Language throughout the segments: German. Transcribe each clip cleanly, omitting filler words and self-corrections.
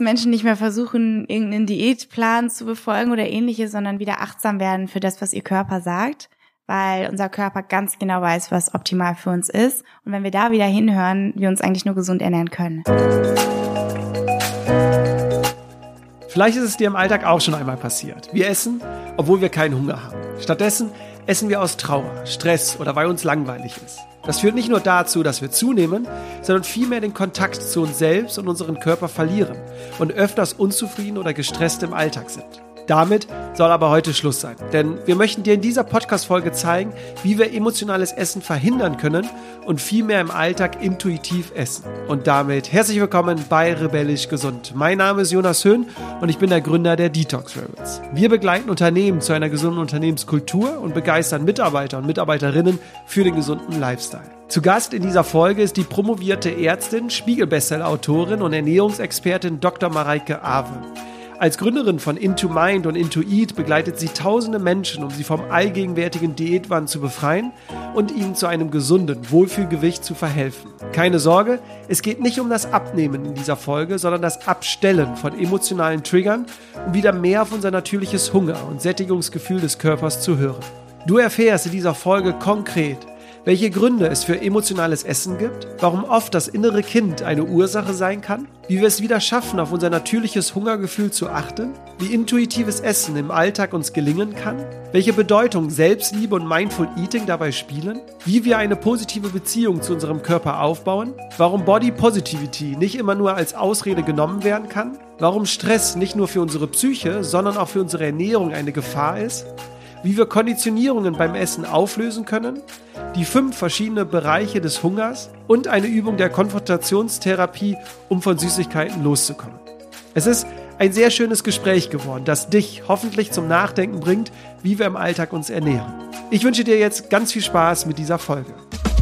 Menschen nicht mehr versuchen, irgendeinen Diätplan zu befolgen oder ähnliches, sondern wieder achtsam werden für das, was ihr Körper sagt, weil unser Körper ganz genau weiß, was optimal für uns ist. Und wenn wir da wieder hinhören, wir uns eigentlich nur gesund ernähren können. Vielleicht ist es dir im Alltag auch schon einmal passiert. Wir essen, obwohl wir keinen Hunger haben. Stattdessen essen wir aus Trauer, Stress oder weil uns langweilig ist. Das führt nicht nur dazu, dass wir zunehmen, sondern vielmehr den Kontakt zu uns selbst und unseren Körper verlieren und öfters unzufrieden oder gestresst im Alltag sind. Damit soll aber heute Schluss sein, denn wir möchten dir in dieser Podcast-Folge zeigen, wie wir emotionales Essen verhindern können und vielmehr im Alltag intuitiv essen. Und damit herzlich willkommen bei Rebellisch Gesund. Mein Name ist Jonas Höhn und ich bin der Gründer der Detox Rebels. Wir begleiten Unternehmen zu einer gesunden Unternehmenskultur und begeistern Mitarbeiter und Mitarbeiterinnen für den gesunden Lifestyle. Zu Gast in dieser Folge ist die promovierte Ärztin, Spiegel-Bestseller-Autorin und Ernährungsexpertin Dr. Mareike Awe. Als Gründerin von Into Mind und Into Eat begleitet sie tausende Menschen, um sie vom allgegenwärtigen Diätwahn zu befreien und ihnen zu einem gesunden Wohlfühlgewicht zu verhelfen. Keine Sorge, es geht nicht um das Abnehmen in dieser Folge, sondern das Abstellen von emotionalen Triggern, um wieder mehr auf unser natürliches Hunger- und Sättigungsgefühl des Körpers zu hören. Du erfährst in dieser Folge konkret, welche Gründe es für emotionales Essen gibt, warum oft das innere Kind eine Ursache sein kann, wie wir es wieder schaffen, auf unser natürliches Hungergefühl zu achten, wie intuitives Essen im Alltag uns gelingen kann, welche Bedeutung Selbstliebe und Mindful Eating dabei spielen, wie wir eine positive Beziehung zu unserem Körper aufbauen, warum Body Positivity nicht immer nur als Ausrede genommen werden kann, warum Stress nicht nur für unsere Psyche, sondern auch für unsere Ernährung eine Gefahr ist, wie wir Konditionierungen beim Essen auflösen können, die 5 verschiedene Bereiche des Hungers und eine Übung der Konfrontationstherapie, um von Süßigkeiten loszukommen. Es ist ein sehr schönes Gespräch geworden, das dich hoffentlich zum Nachdenken bringt, wie wir im Alltag uns ernähren. Ich wünsche dir jetzt ganz viel Spaß mit dieser Folge.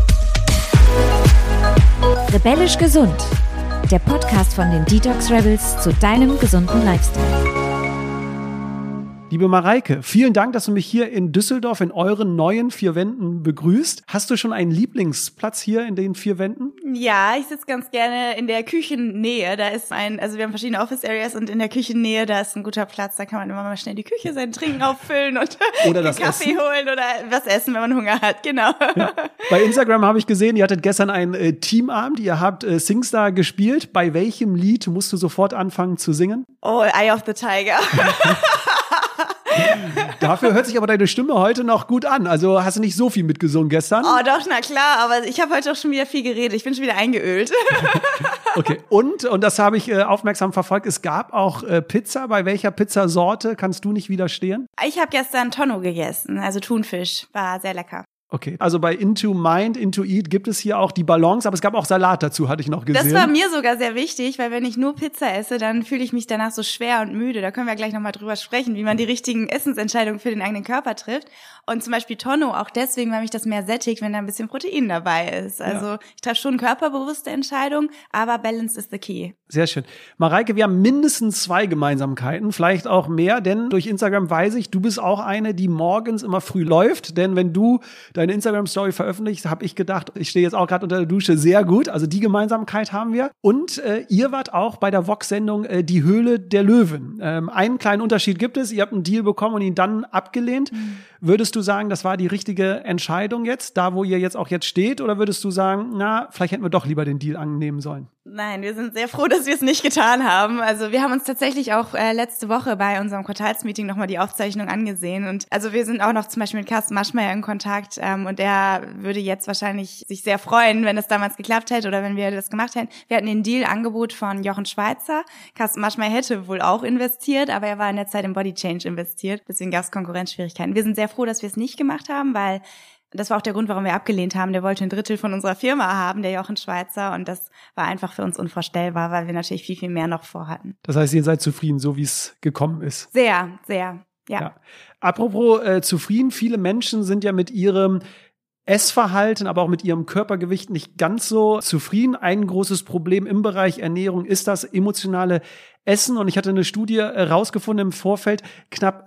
Rebellisch Gesund, der Podcast von den Detox Rebels zu deinem gesunden Lifestyle. Liebe Mareike, vielen Dank, dass du mich hier in Düsseldorf in euren neuen 4 Wänden begrüßt. Hast du schon einen Lieblingsplatz hier in den 4 Wänden? Ja, ich sitze ganz gerne in der Küchennähe. Da ist also wir haben verschiedene Office Areas und in der Küchennähe, da ist ein guter Platz. Da kann man immer mal schnell die Küche sein Trinken auffüllen und oder das Kaffee Essen holen oder was essen, wenn man Hunger hat. Genau. Ja. Bei Instagram habe ich gesehen, ihr hattet gestern einen Teamabend. Ihr habt SingStar gespielt. Bei welchem Lied musst du sofort anfangen zu singen? Oh, Eye of the Tiger. Dafür hört sich aber deine Stimme heute noch gut an. Also hast du nicht so viel mitgesungen gestern? Oh doch, na klar, aber ich habe heute auch schon wieder viel geredet. Ich bin schon wieder eingeölt. Okay, und das habe ich aufmerksam verfolgt, es gab auch Pizza. Bei welcher Pizzasorte kannst du nicht widerstehen? Ich habe gestern Tonno gegessen, also Thunfisch. War sehr lecker. Okay, also bei Into Mind, Into Eat gibt es hier auch die Balance, aber es gab auch Salat dazu, hatte ich noch gesehen. Das war mir sogar sehr wichtig, weil wenn ich nur Pizza esse, dann fühle ich mich danach so schwer und müde. Da können wir gleich nochmal drüber sprechen, wie man die richtigen Essensentscheidungen für den eigenen Körper trifft. Und zum Beispiel Tonno auch deswegen, weil mich das mehr sättigt, wenn da ein bisschen Protein dabei ist. Also ja. Ich treffe schon körperbewusste Entscheidungen, aber Balance is the key. Sehr schön. Mareike, wir haben mindestens 2 Gemeinsamkeiten, vielleicht auch mehr, denn durch Instagram weiß ich, du bist auch eine, die morgens immer früh läuft, denn wenn du deine Instagram-Story veröffentlicht, habe ich gedacht, ich stehe jetzt auch gerade unter der Dusche, sehr gut. Also die Gemeinsamkeit haben wir. Und ihr wart auch bei der Vox-Sendung Die Höhle der Löwen. Einen kleinen Unterschied gibt es. Ihr habt einen Deal bekommen und ihn dann abgelehnt. Würdest du sagen, das war die richtige Entscheidung jetzt, da wo ihr jetzt auch jetzt steht? Oder würdest du sagen, na, vielleicht hätten wir doch lieber den Deal annehmen sollen? Nein, wir sind sehr froh, dass wir es nicht getan haben. Also wir haben uns tatsächlich auch letzte Woche bei unserem Quartalsmeeting nochmal die Aufzeichnung angesehen. Und also wir sind auch noch zum Beispiel mit Carsten Maschmeyer in Kontakt. Und der würde jetzt wahrscheinlich sich sehr freuen, wenn es damals geklappt hätte oder wenn wir das gemacht hätten. Wir hatten den Deal-Angebot von Jochen Schweizer. Carsten Maschmeyer hätte wohl auch investiert, aber er war in der Zeit in Body Change investiert. Deswegen gab es Konkurrenzschwierigkeiten. Wir sind sehr froh, dass wir es nicht gemacht haben, weil das war auch der Grund, warum wir abgelehnt haben. Der wollte 1/3 von unserer Firma haben, der Jochen Schweizer. Und das war einfach für uns unvorstellbar, weil wir natürlich viel, viel mehr noch vorhatten. Das heißt, ihr seid zufrieden, so wie es gekommen ist? Sehr, sehr, ja. Apropos zufrieden, viele Menschen sind ja mit ihrem Essverhalten, aber auch mit ihrem Körpergewicht nicht ganz so zufrieden. Ein großes Problem im Bereich Ernährung ist das emotionale Essen. Und ich hatte eine Studie rausgefunden im Vorfeld, knapp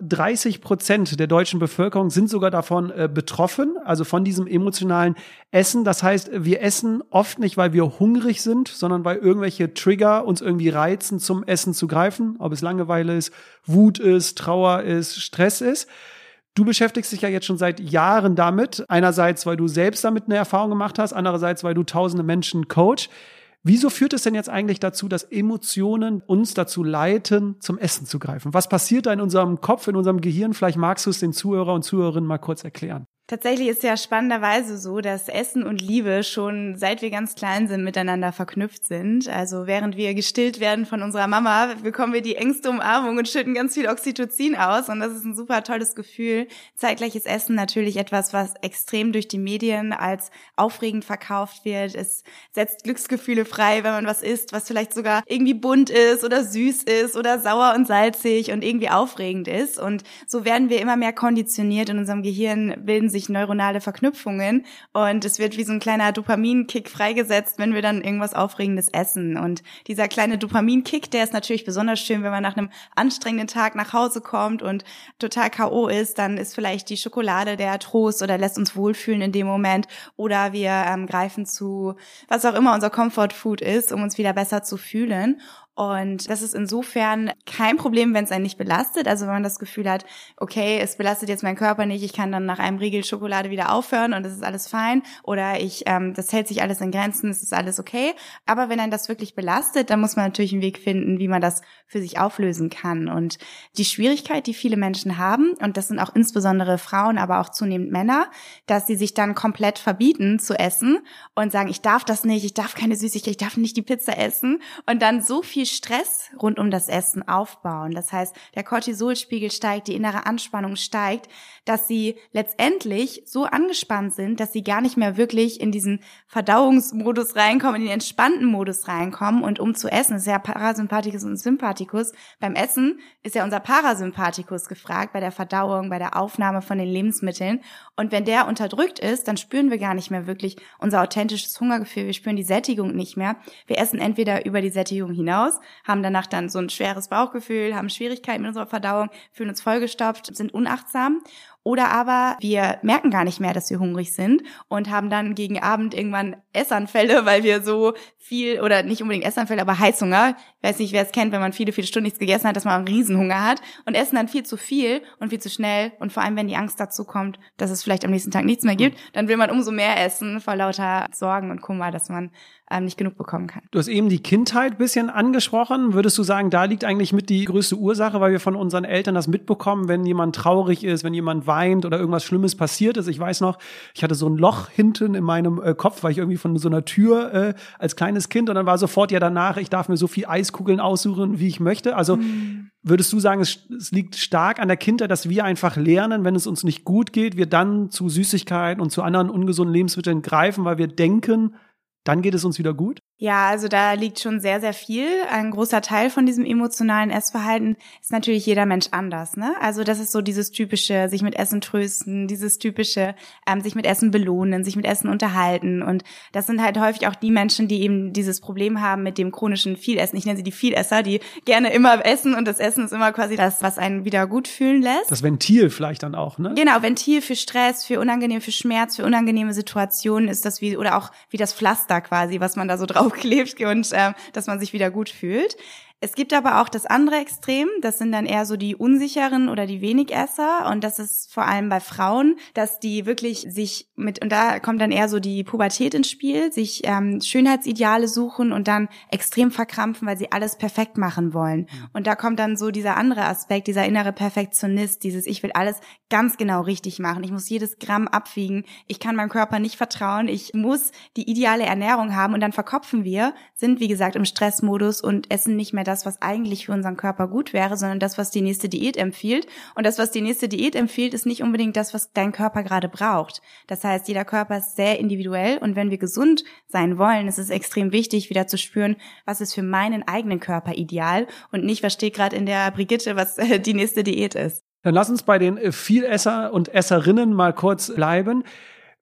30% der deutschen Bevölkerung sind sogar davon betroffen, also von diesem emotionalen Essen. Das heißt, wir essen oft nicht, weil wir hungrig sind, sondern weil irgendwelche Trigger uns irgendwie reizen, zum Essen zu greifen. Ob es Langeweile ist, Wut ist, Trauer ist, Stress ist. Du beschäftigst dich ja jetzt schon seit Jahren damit. Einerseits, weil du selbst damit eine Erfahrung gemacht hast, andererseits, weil du tausende Menschen coach. Wieso führt es denn jetzt eigentlich dazu, dass Emotionen uns dazu leiten, zum Essen zu greifen? Was passiert da in unserem Kopf, in unserem Gehirn? Vielleicht magst du es den Zuhörer und Zuhörerinnen mal kurz erklären. Tatsächlich ist ja spannenderweise so, dass Essen und Liebe schon seit wir ganz klein sind miteinander verknüpft sind. Also während wir gestillt werden von unserer Mama, bekommen wir die engste Umarmung und schütten ganz viel Oxytocin aus. Und das ist ein super tolles Gefühl. Zeitgleiches Essen natürlich etwas, was extrem durch die Medien als aufregend verkauft wird. Es setzt Glücksgefühle frei, wenn man was isst, was vielleicht sogar irgendwie bunt ist oder süß ist oder sauer und salzig und irgendwie aufregend ist. Und so werden wir immer mehr konditioniert. In unserem Gehirn bilden sich neuronale Verknüpfungen und es wird wie so ein kleiner Dopaminkick freigesetzt, wenn wir dann irgendwas Aufregendes essen. Und dieser kleine Dopaminkick, der ist natürlich besonders schön, wenn man nach einem anstrengenden Tag nach Hause kommt und total K.O. ist, dann ist vielleicht die Schokolade der Trost oder lässt uns wohlfühlen in dem Moment oder wir greifen zu, was auch immer unser Comfort Food ist, um uns wieder besser zu fühlen. Und das ist insofern kein Problem, wenn es einen nicht belastet. Also wenn man das Gefühl hat, okay, es belastet jetzt meinen Körper nicht, ich kann dann nach einem Riegel Schokolade wieder aufhören und es ist alles fein. Oder das hält sich alles in Grenzen, es ist alles okay. Aber wenn einen das wirklich belastet, dann muss man natürlich einen Weg finden, wie man das für sich auflösen kann. Und die Schwierigkeit, die viele Menschen haben, und das sind auch insbesondere Frauen, aber auch zunehmend Männer, dass sie sich dann komplett verbieten zu essen und sagen, ich darf das nicht, ich darf keine Süßigkeit, ich darf nicht die Pizza essen und dann so viel Stress rund um das Essen aufbauen. Das heißt, der Cortisolspiegel steigt, die innere Anspannung steigt, dass sie letztendlich so angespannt sind, dass sie gar nicht mehr wirklich in diesen Verdauungsmodus reinkommen, in den entspannten Modus reinkommen. Und um zu essen, ist ja Parasympathikus und Sympathikus. Beim Essen ist ja unser Parasympathikus gefragt, bei der Verdauung, bei der Aufnahme von den Lebensmitteln. Und wenn der unterdrückt ist, dann spüren wir gar nicht mehr wirklich unser authentisches Hungergefühl. Wir spüren die Sättigung nicht mehr. Wir essen entweder über die Sättigung hinaus, haben danach dann so ein schweres Bauchgefühl, haben Schwierigkeiten mit unserer Verdauung, fühlen uns vollgestopft, sind unachtsam. Oder aber wir merken gar nicht mehr, dass wir hungrig sind und haben dann gegen Abend irgendwann Essanfälle, weil wir so viel, oder nicht unbedingt Essanfälle, aber Heißhunger. Ich weiß nicht, wer es kennt, wenn man viele Stunden nichts gegessen hat, dass man einen Riesenhunger hat und essen dann viel zu viel und viel zu schnell. Und vor allem, wenn die Angst dazu kommt, dass es vielleicht am nächsten Tag nichts mehr gibt, dann will man umso mehr essen vor lauter Sorgen und Kummer, dass man nicht genug bekommen kann. Du hast eben die Kindheit ein bisschen angesprochen. Würdest du sagen, da liegt eigentlich mit die größte Ursache, weil wir von unseren Eltern das mitbekommen, wenn jemand traurig ist, wenn jemand weint oder irgendwas Schlimmes passiert ist? Ich weiß noch, ich hatte so ein Loch hinten in meinem Kopf, weil ich irgendwie von so einer Tür als kleines Kind und dann war sofort ja danach, ich darf mir so viel Eiskugeln aussuchen, wie ich möchte. Also würdest du sagen, es liegt stark an der Kindheit, dass wir einfach lernen, wenn es uns nicht gut geht, wir dann zu Süßigkeiten und zu anderen ungesunden Lebensmitteln greifen, weil wir denken, dann geht es uns wieder gut? Ja, also da liegt schon sehr, sehr viel. Ein großer Teil von diesem emotionalen Essverhalten ist natürlich jeder Mensch anders, ne? Also das ist so dieses typische, sich mit Essen trösten, dieses typische, sich mit Essen belohnen, sich mit Essen unterhalten. Und das sind halt häufig auch die Menschen, die eben dieses Problem haben mit dem chronischen Vielessen. Ich nenne sie die Vielesser, die gerne immer essen und das Essen ist immer quasi das, was einen wieder gut fühlen lässt. Das Ventil vielleicht dann auch, ne? Genau, Ventil für Stress, für unangenehm, für Schmerz, für unangenehme Situationen ist das wie, oder auch wie das Pflaster quasi, was man da so draufklebt und dass man sich wieder gut fühlt. Es gibt aber auch das andere Extrem, das sind dann eher so die Unsicheren oder die Wenigesser und das ist vor allem bei Frauen, dass die wirklich sich und da kommt dann eher so die Pubertät ins Spiel, sich Schönheitsideale suchen und dann extrem verkrampfen, weil sie alles perfekt machen wollen. Und da kommt dann so dieser andere Aspekt, dieser innere Perfektionist, dieses ich will alles ganz genau richtig machen, ich muss jedes Gramm abwiegen, ich kann meinem Körper nicht vertrauen, ich muss die ideale Ernährung haben und dann verkopfen wir, sind wie gesagt im Stressmodus und essen nicht mehr das, was eigentlich für unseren Körper gut wäre, sondern das, was die nächste Diät empfiehlt. Und das, was die nächste Diät empfiehlt, ist nicht unbedingt das, was dein Körper gerade braucht. Das heißt, jeder Körper ist sehr individuell und wenn wir gesund sein wollen, ist es extrem wichtig, wieder zu spüren, was ist für meinen eigenen Körper ideal und nicht, was steht gerade in der Brigitte, was die nächste Diät ist. Dann lass uns bei den Vielesser und Esserinnen mal kurz bleiben.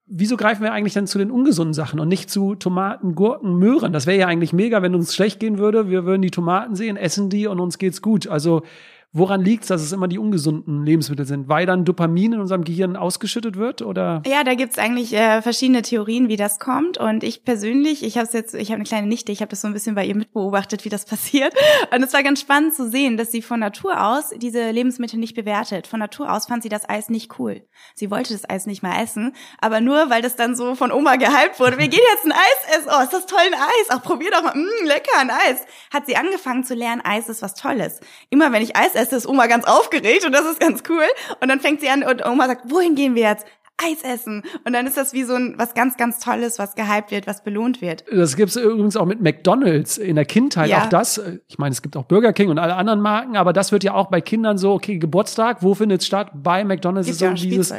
wieso greifen wir eigentlich dann zu den ungesunden Sachen und nicht zu Tomaten, Gurken, Möhren? Das wäre ja eigentlich mega, wenn uns schlecht gehen würde. Wir würden die Tomaten sehen, essen die und uns geht's gut. Also woran liegt's, dass es immer die ungesunden Lebensmittel sind? Weil dann Dopamin in unserem Gehirn ausgeschüttet wird, oder? Ja, da gibt's eigentlich verschiedene Theorien, wie das kommt. Und ich persönlich, ich habe eine kleine Nichte, ich habe das so ein bisschen bei ihr mitbeobachtet, wie das passiert. Und es war ganz spannend zu sehen, dass sie von Natur aus diese Lebensmittel nicht bewertet. Von Natur aus fand sie das Eis nicht cool. Sie wollte das Eis nicht mal essen, aber nur, weil das dann so von Oma gehypt wurde. Wir gehen jetzt ein Eis essen. Oh, ist das toll, ein Eis. Ach, probier doch mal. Lecker, ein Eis. Hat sie angefangen zu lernen, Eis ist was Tolles. Immer wenn ich Eis esse, ist Oma ganz aufgeregt und das ist ganz cool. Und dann fängt sie an und Oma sagt, wohin gehen wir jetzt? Eis essen. Und dann ist das wie so was ganz, ganz Tolles, was gehypt wird, was belohnt wird. Das gibt's übrigens auch mit McDonald's in der Kindheit. Ja. Auch das, ich meine, es gibt auch Burger King und alle anderen Marken, aber das wird ja auch bei Kindern so, okay, Geburtstag, wo findet's statt? Bei McDonald's. Gibt ist so ja dieses,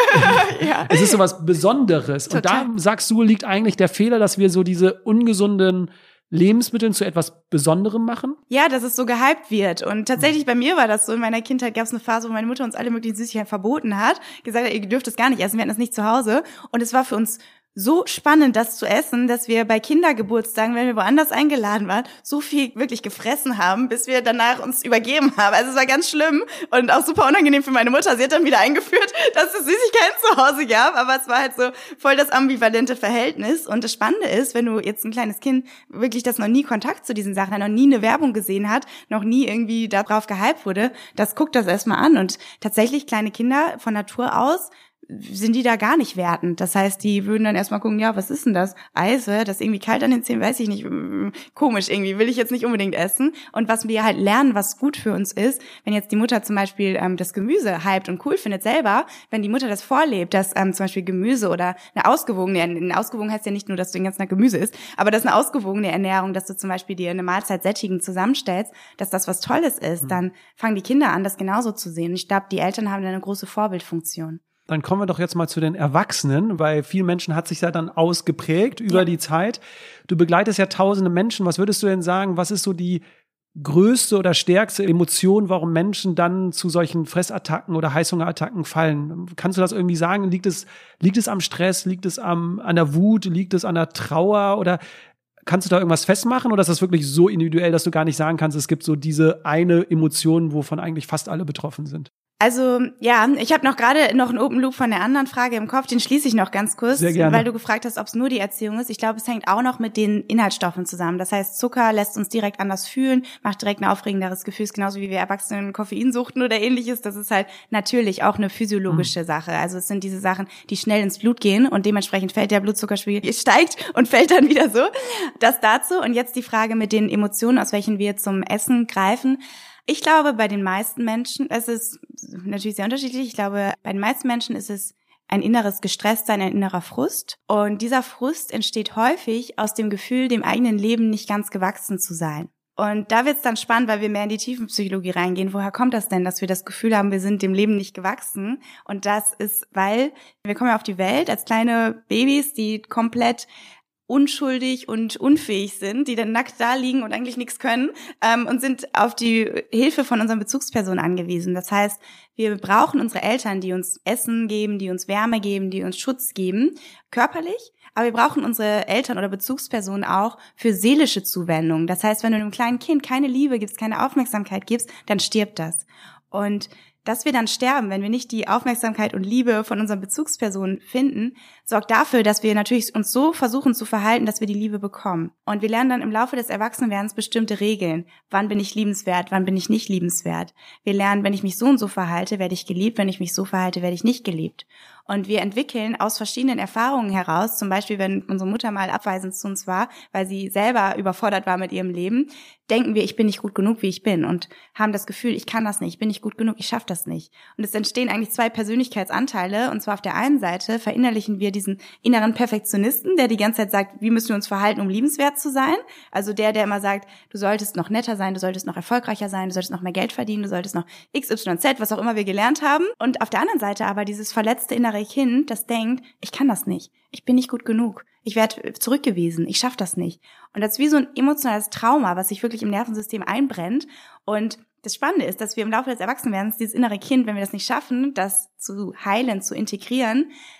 ja. Es ist so was Besonderes. Total. Und da, sagst du, liegt eigentlich der Fehler, dass wir so diese ungesunden Lebensmitteln zu etwas Besonderem machen? Ja, dass es so gehypt wird. Und tatsächlich bei mir war das so. In meiner Kindheit gab es eine Phase, wo meine Mutter uns alle möglichen Süßigkeiten verboten hat. Gesagt hat, ihr dürft es gar nicht essen, wir hatten das nicht zu Hause. Und es war für uns so spannend, das zu essen, dass wir bei Kindergeburtstagen, wenn wir woanders eingeladen waren, so viel wirklich gefressen haben, bis wir danach uns übergeben haben. Also es war ganz schlimm und auch super unangenehm für meine Mutter. Sie hat dann wieder eingeführt, dass es Süßigkeiten zu Hause gab, aber es war halt so voll das ambivalente Verhältnis. Und das Spannende ist, wenn du jetzt ein kleines Kind wirklich das noch nie Kontakt zu diesen Sachen hat, noch nie eine Werbung gesehen hat, noch nie irgendwie darauf gehypt wurde, das guckt das erstmal an. Und tatsächlich kleine Kinder von Natur aus sind die da gar nicht wertend. Das heißt, die würden dann erstmal gucken, ja, was ist denn das? Eis, das ist irgendwie kalt an den Zähnen, weiß ich nicht, komisch irgendwie, will ich jetzt nicht unbedingt essen. Und was wir halt lernen, was gut für uns ist, wenn jetzt die Mutter zum Beispiel das Gemüse hypt und cool findet selber, wenn die Mutter das vorlebt, dass zum Beispiel Gemüse oder eine ausgewogen heißt ja nicht nur, dass du den ganzen Tag Gemüse isst, aber dass eine ausgewogene Ernährung, dass du zum Beispiel dir eine Mahlzeit sättigend zusammenstellst, dass das was Tolles ist, dann fangen die Kinder an, das genauso zu sehen. Und ich glaube, die Eltern haben da eine große Vorbildfunktion. Dann kommen wir doch jetzt mal zu den Erwachsenen, weil vielen Menschen hat sich ja dann ausgeprägt über die Zeit. Du begleitest ja tausende Menschen. Was würdest du denn sagen, was ist so die größte oder stärkste Emotion, warum Menschen dann zu solchen Fressattacken oder Heißhungerattacken fallen? Kannst du das irgendwie sagen? Liegt es am Stress? Liegt es an der Wut? Liegt es an der Trauer? Oder kannst du da irgendwas festmachen? Oder ist das wirklich so individuell, dass du gar nicht sagen kannst, es gibt so diese eine Emotion, wovon eigentlich fast alle betroffen sind? Also, ja, ich habe gerade noch einen Open Loop von der anderen Frage im Kopf, den schließe ich noch ganz kurz, sehr gerne, weil du gefragt hast, ob es nur die Erziehung ist. Ich glaube, es hängt auch noch mit den Inhaltsstoffen zusammen. Das heißt, Zucker lässt uns direkt anders fühlen, macht direkt ein aufregenderes Gefühl, genauso wie wir Erwachsenen Koffein suchten oder ähnliches. Das ist halt natürlich auch eine physiologische Sache. Also es sind diese Sachen, die schnell ins Blut gehen und dementsprechend fällt der Blutzuckerspiegel, steigt und fällt dann wieder so. Das dazu. Und jetzt die Frage mit den Emotionen, aus welchen wir zum Essen greifen. Ich glaube, bei den meisten Menschen, es ist natürlich sehr unterschiedlich, ich glaube, bei den meisten Menschen ist es ein inneres Gestresstsein, ein innerer Frust. Und dieser Frust entsteht häufig aus dem Gefühl, dem eigenen Leben nicht ganz gewachsen zu sein. Und da wird's dann spannend, weil wir mehr in die Tiefenpsychologie reingehen. Woher kommt das denn, dass wir das Gefühl haben, wir sind dem Leben nicht gewachsen? Und das ist, weil wir kommen ja auf die Welt als kleine Babys, die komplett unschuldig und unfähig sind, die dann nackt da liegen und eigentlich nichts können und sind auf die Hilfe von unseren Bezugspersonen angewiesen. Das heißt, wir brauchen unsere Eltern, die uns Essen geben, die uns Wärme geben, die uns Schutz geben, körperlich, aber wir brauchen unsere Eltern oder Bezugspersonen auch für seelische Zuwendung. Das heißt, wenn du einem kleinen Kind keine Liebe gibst, keine Aufmerksamkeit gibst, dann stirbt das. Und dass wir dann sterben, wenn wir nicht die Aufmerksamkeit und Liebe von unseren Bezugspersonen finden, sorgt dafür, dass wir natürlich uns so versuchen zu verhalten, dass wir die Liebe bekommen. Und wir lernen dann im Laufe des Erwachsenwerdens bestimmte Regeln. Wann bin ich liebenswert, wann bin ich nicht liebenswert? Wir lernen, wenn ich mich so und so verhalte, werde ich geliebt, wenn ich mich so verhalte, werde ich nicht geliebt. Und wir entwickeln aus verschiedenen Erfahrungen heraus, zum Beispiel, wenn unsere Mutter mal abweisend zu uns war, weil sie selber überfordert war mit ihrem Leben, denken wir, ich bin nicht gut genug, wie ich bin und haben das Gefühl, ich kann das nicht, ich bin nicht gut genug, ich schaffe das nicht. Und es entstehen eigentlich zwei Persönlichkeitsanteile und zwar auf der einen Seite verinnerlichen wir diesen inneren Perfektionisten, der die ganze Zeit sagt, wie müssen wir uns verhalten, um liebenswert zu sein? Also der immer sagt, du solltest noch netter sein, du solltest noch erfolgreicher sein, du solltest noch mehr Geld verdienen, du solltest noch XYZ, was auch immer wir gelernt haben. Und auf der anderen Seite aber dieses verletzte innere Kind, das denkt, ich kann das nicht, ich bin nicht gut genug, ich werde zurückgewiesen, ich schaffe das nicht. Und das ist wie so ein emotionales Trauma, was sich wirklich im Nervensystem einbrennt. Und das Spannende ist, dass wir im Laufe des Erwachsenwerdens dieses innere Kind, wenn wir das nicht schaffen, das zu heilen, zu integrieren,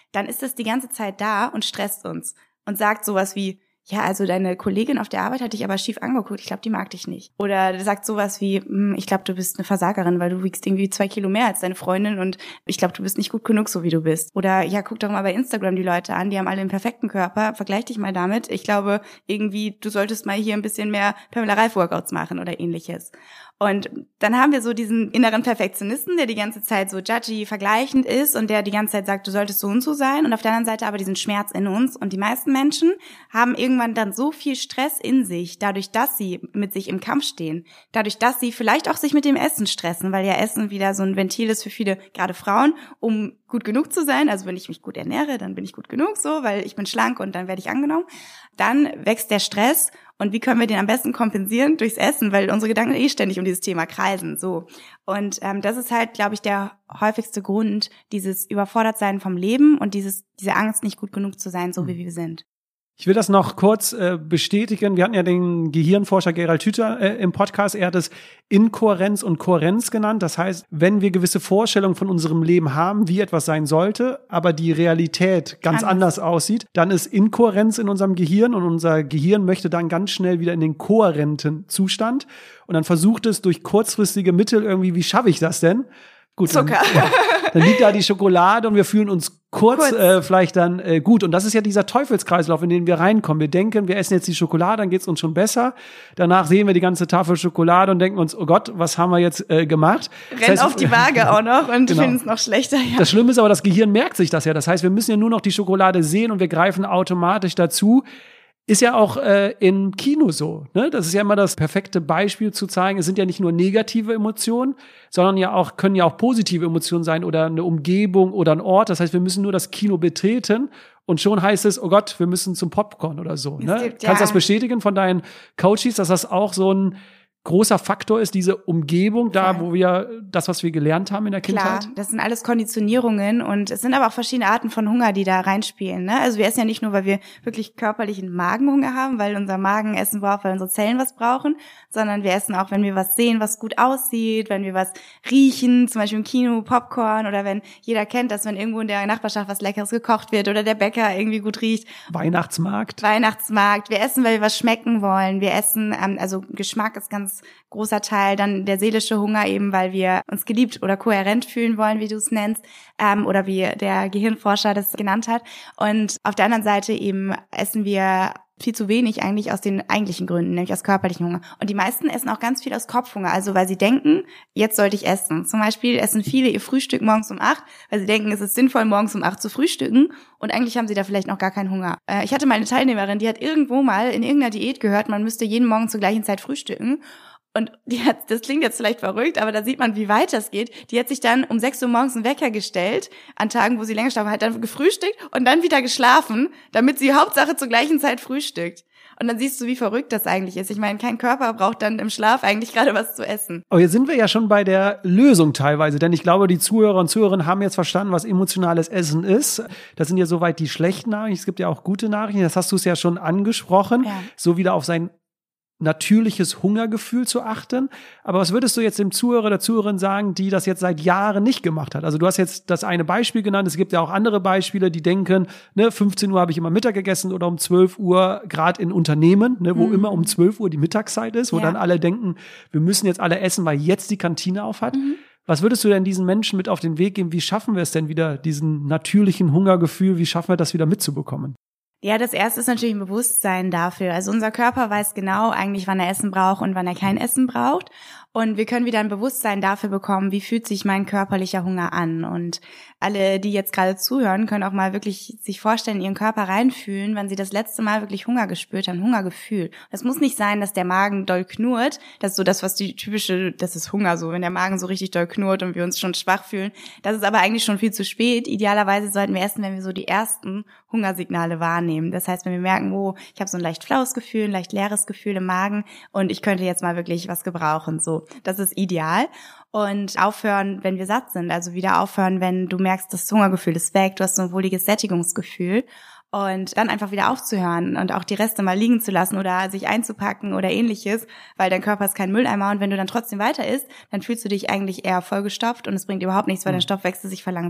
dann ist das die ganze Zeit da und stresst uns und sagt sowas wie, ja, also deine Kollegin auf der Arbeit hat dich aber schief angeguckt, ich glaube, die mag dich nicht. Oder sagt sowas wie, ich glaube, du bist eine Versagerin, weil du wiegst irgendwie 2 Kilo mehr als deine Freundin und ich glaube, du bist nicht gut genug, so wie du bist. Oder ja, guck doch mal bei Instagram die Leute an, die haben alle einen perfekten Körper, vergleich dich mal damit. Ich glaube, irgendwie, du solltest mal hier ein bisschen mehr Pamela Reif-Workouts machen oder ähnliches. Und dann haben wir so diesen inneren Perfektionisten, der die ganze Zeit so judgy, vergleichend ist und der die ganze Zeit sagt, du solltest so und so sein. Und auf der anderen Seite aber diesen Schmerz in uns. Und die meisten Menschen haben irgendwann dann so viel Stress in sich, dadurch, dass sie mit sich im Kampf stehen, dadurch, dass sie vielleicht auch sich mit dem Essen stressen, weil ja Essen wieder so ein Ventil ist für viele, gerade Frauen, um gut genug zu sein. Also wenn ich mich gut ernähre, dann bin ich gut genug so, weil ich bin schlank und dann werde ich angenommen. Dann wächst der Stress. Und wie können wir den am besten kompensieren? Durchs Essen, weil unsere Gedanken ständig um dieses Thema kreisen. So. Und das ist halt, glaube ich, der häufigste Grund, dieses Überfordertsein vom Leben und diese Angst, nicht gut genug zu sein, so wie wir sind. Ich will das noch kurz bestätigen. Wir hatten ja den Gehirnforscher Gerald Hüther im Podcast. Er hat es Inkohärenz und Kohärenz genannt. Das heißt, wenn wir gewisse Vorstellungen von unserem Leben haben, wie etwas sein sollte, aber die Realität ganz anders aussieht, dann ist Inkohärenz in unserem Gehirn und unser Gehirn möchte dann ganz schnell wieder in den kohärenten Zustand. Und dann versucht es durch kurzfristige Mittel irgendwie, wie schaffe ich das denn? Gut, Zucker. Dann liegt da die Schokolade und wir fühlen uns kurz. Vielleicht dann gut. Und das ist ja dieser Teufelskreislauf, in den wir reinkommen. Wir denken, wir essen jetzt die Schokolade, dann geht's uns schon besser. Danach sehen wir die ganze Tafel Schokolade und denken uns, oh Gott, was haben wir jetzt gemacht? Rennen auf die Waage auch noch und finden es noch schlechter. Ja. Das Schlimme ist aber, das Gehirn merkt sich das ja. Das heißt, wir müssen ja nur noch die Schokolade sehen und wir greifen automatisch dazu. Ist ja auch im Kino so, ne? Das ist ja immer das perfekte Beispiel zu zeigen, es sind ja nicht nur negative Emotionen, sondern können ja auch positive Emotionen sein oder eine Umgebung oder ein Ort. Das heißt, wir müssen nur das Kino betreten und schon heißt es, oh Gott, wir müssen zum Popcorn oder so. Ne? Kannst du das bestätigen von deinen Coaches, dass das auch so ein großer Faktor ist, diese Umgebung da, wo wir das, was wir gelernt haben in der Kindheit? Klar, das sind alles Konditionierungen und es sind aber auch verschiedene Arten von Hunger, die da reinspielen. Ne? Also wir essen ja nicht nur, weil wir wirklich körperlichen Magenhunger haben, weil unser Magen Essen braucht, weil unsere Zellen was brauchen, sondern wir essen auch, wenn wir was sehen, was gut aussieht, wenn wir was riechen, zum Beispiel im Kino, Popcorn oder wenn jeder kennt, dass wenn irgendwo in der Nachbarschaft was Leckeres gekocht wird oder der Bäcker irgendwie gut riecht. Weihnachtsmarkt. Wir essen, weil wir was schmecken wollen. Wir essen, also Geschmack ist ganz großer Teil, dann der seelische Hunger eben, weil wir uns geliebt oder kohärent fühlen wollen, wie du es nennst, oder wie der Gehirnforscher das genannt hat. Und auf der anderen Seite eben essen wir viel zu wenig eigentlich aus den eigentlichen Gründen, nämlich aus körperlichem Hunger. Und die meisten essen auch ganz viel aus Kopfhunger, also weil sie denken, jetzt sollte ich essen. Zum Beispiel essen viele ihr Frühstück morgens um 8, weil sie denken, es ist sinnvoll, morgens um 8 zu frühstücken und eigentlich haben sie da vielleicht noch gar keinen Hunger. Ich hatte mal eine Teilnehmerin, die hat irgendwo mal in irgendeiner Diät gehört, man müsste jeden Morgen zur gleichen Zeit frühstücken. Und das klingt jetzt vielleicht verrückt, aber da sieht man, wie weit das geht. Die hat sich dann um 6 Uhr morgens einen Wecker gestellt, an Tagen, wo sie länger schlafen, hat dann gefrühstückt und dann wieder geschlafen, damit sie Hauptsache zur gleichen Zeit frühstückt. Und dann siehst du, wie verrückt das eigentlich ist. Ich meine, kein Körper braucht dann im Schlaf eigentlich gerade was zu essen. Aber jetzt sind wir ja schon bei der Lösung teilweise, denn ich glaube, die Zuhörer und Zuhörerinnen haben jetzt verstanden, was emotionales Essen ist. Das sind ja soweit die schlechten Nachrichten. Es gibt ja auch gute Nachrichten. Das hast du es ja schon angesprochen. Ja. So wieder auf sein natürliches Hungergefühl zu achten. Aber was würdest du jetzt dem Zuhörer oder Zuhörerin sagen, die das jetzt seit Jahren nicht gemacht hat? Also du hast jetzt das eine Beispiel genannt. Es gibt ja auch andere Beispiele, die denken, 15 Uhr habe ich immer Mittag gegessen oder um 12 Uhr, gerade in Unternehmen, wo immer um 12 Uhr die Mittagszeit ist, wo dann alle denken, wir müssen jetzt alle essen, weil jetzt die Kantine auf hat. Was würdest du denn diesen Menschen mit auf den Weg geben? Wie schaffen wir es denn wieder, diesen natürlichen Hungergefühl, wie schaffen wir das wieder mitzubekommen? Ja, das erste ist natürlich ein Bewusstsein dafür. Also unser Körper weiß genau eigentlich, wann er Essen braucht und wann er kein Essen braucht. Und wir können wieder ein Bewusstsein dafür bekommen, wie fühlt sich mein körperlicher Hunger an. Und alle, die jetzt gerade zuhören, können auch mal wirklich sich vorstellen, in ihren Körper reinfühlen, wann sie das letzte Mal wirklich Hunger gespürt haben, Hungergefühl. Das muss nicht sein, dass der Magen doll knurrt. Das ist so das, was das ist Hunger so, wenn der Magen so richtig doll knurrt und wir uns schon schwach fühlen. Das ist aber eigentlich schon viel zu spät. Idealerweise sollten wir essen, wenn wir so die ersten Hungersignale wahrnehmen. Das heißt, wenn wir merken, ich habe so ein leicht flaues Gefühl, ein leicht leeres Gefühl im Magen und ich könnte jetzt mal wirklich was gebrauchen, so. Das ist ideal. Und aufhören, wenn wir satt sind. Also wieder aufhören, wenn du merkst, das Hungergefühl ist weg, du hast so ein wohliges Sättigungsgefühl. Und dann einfach wieder aufzuhören und auch die Reste mal liegen zu lassen oder sich einzupacken oder ähnliches, weil dein Körper ist kein Mülleimer und wenn du dann trotzdem weiter isst, dann fühlst du dich eigentlich eher vollgestopft und es bringt überhaupt nichts, weil dein Stoffwechsel sich verlangsamt.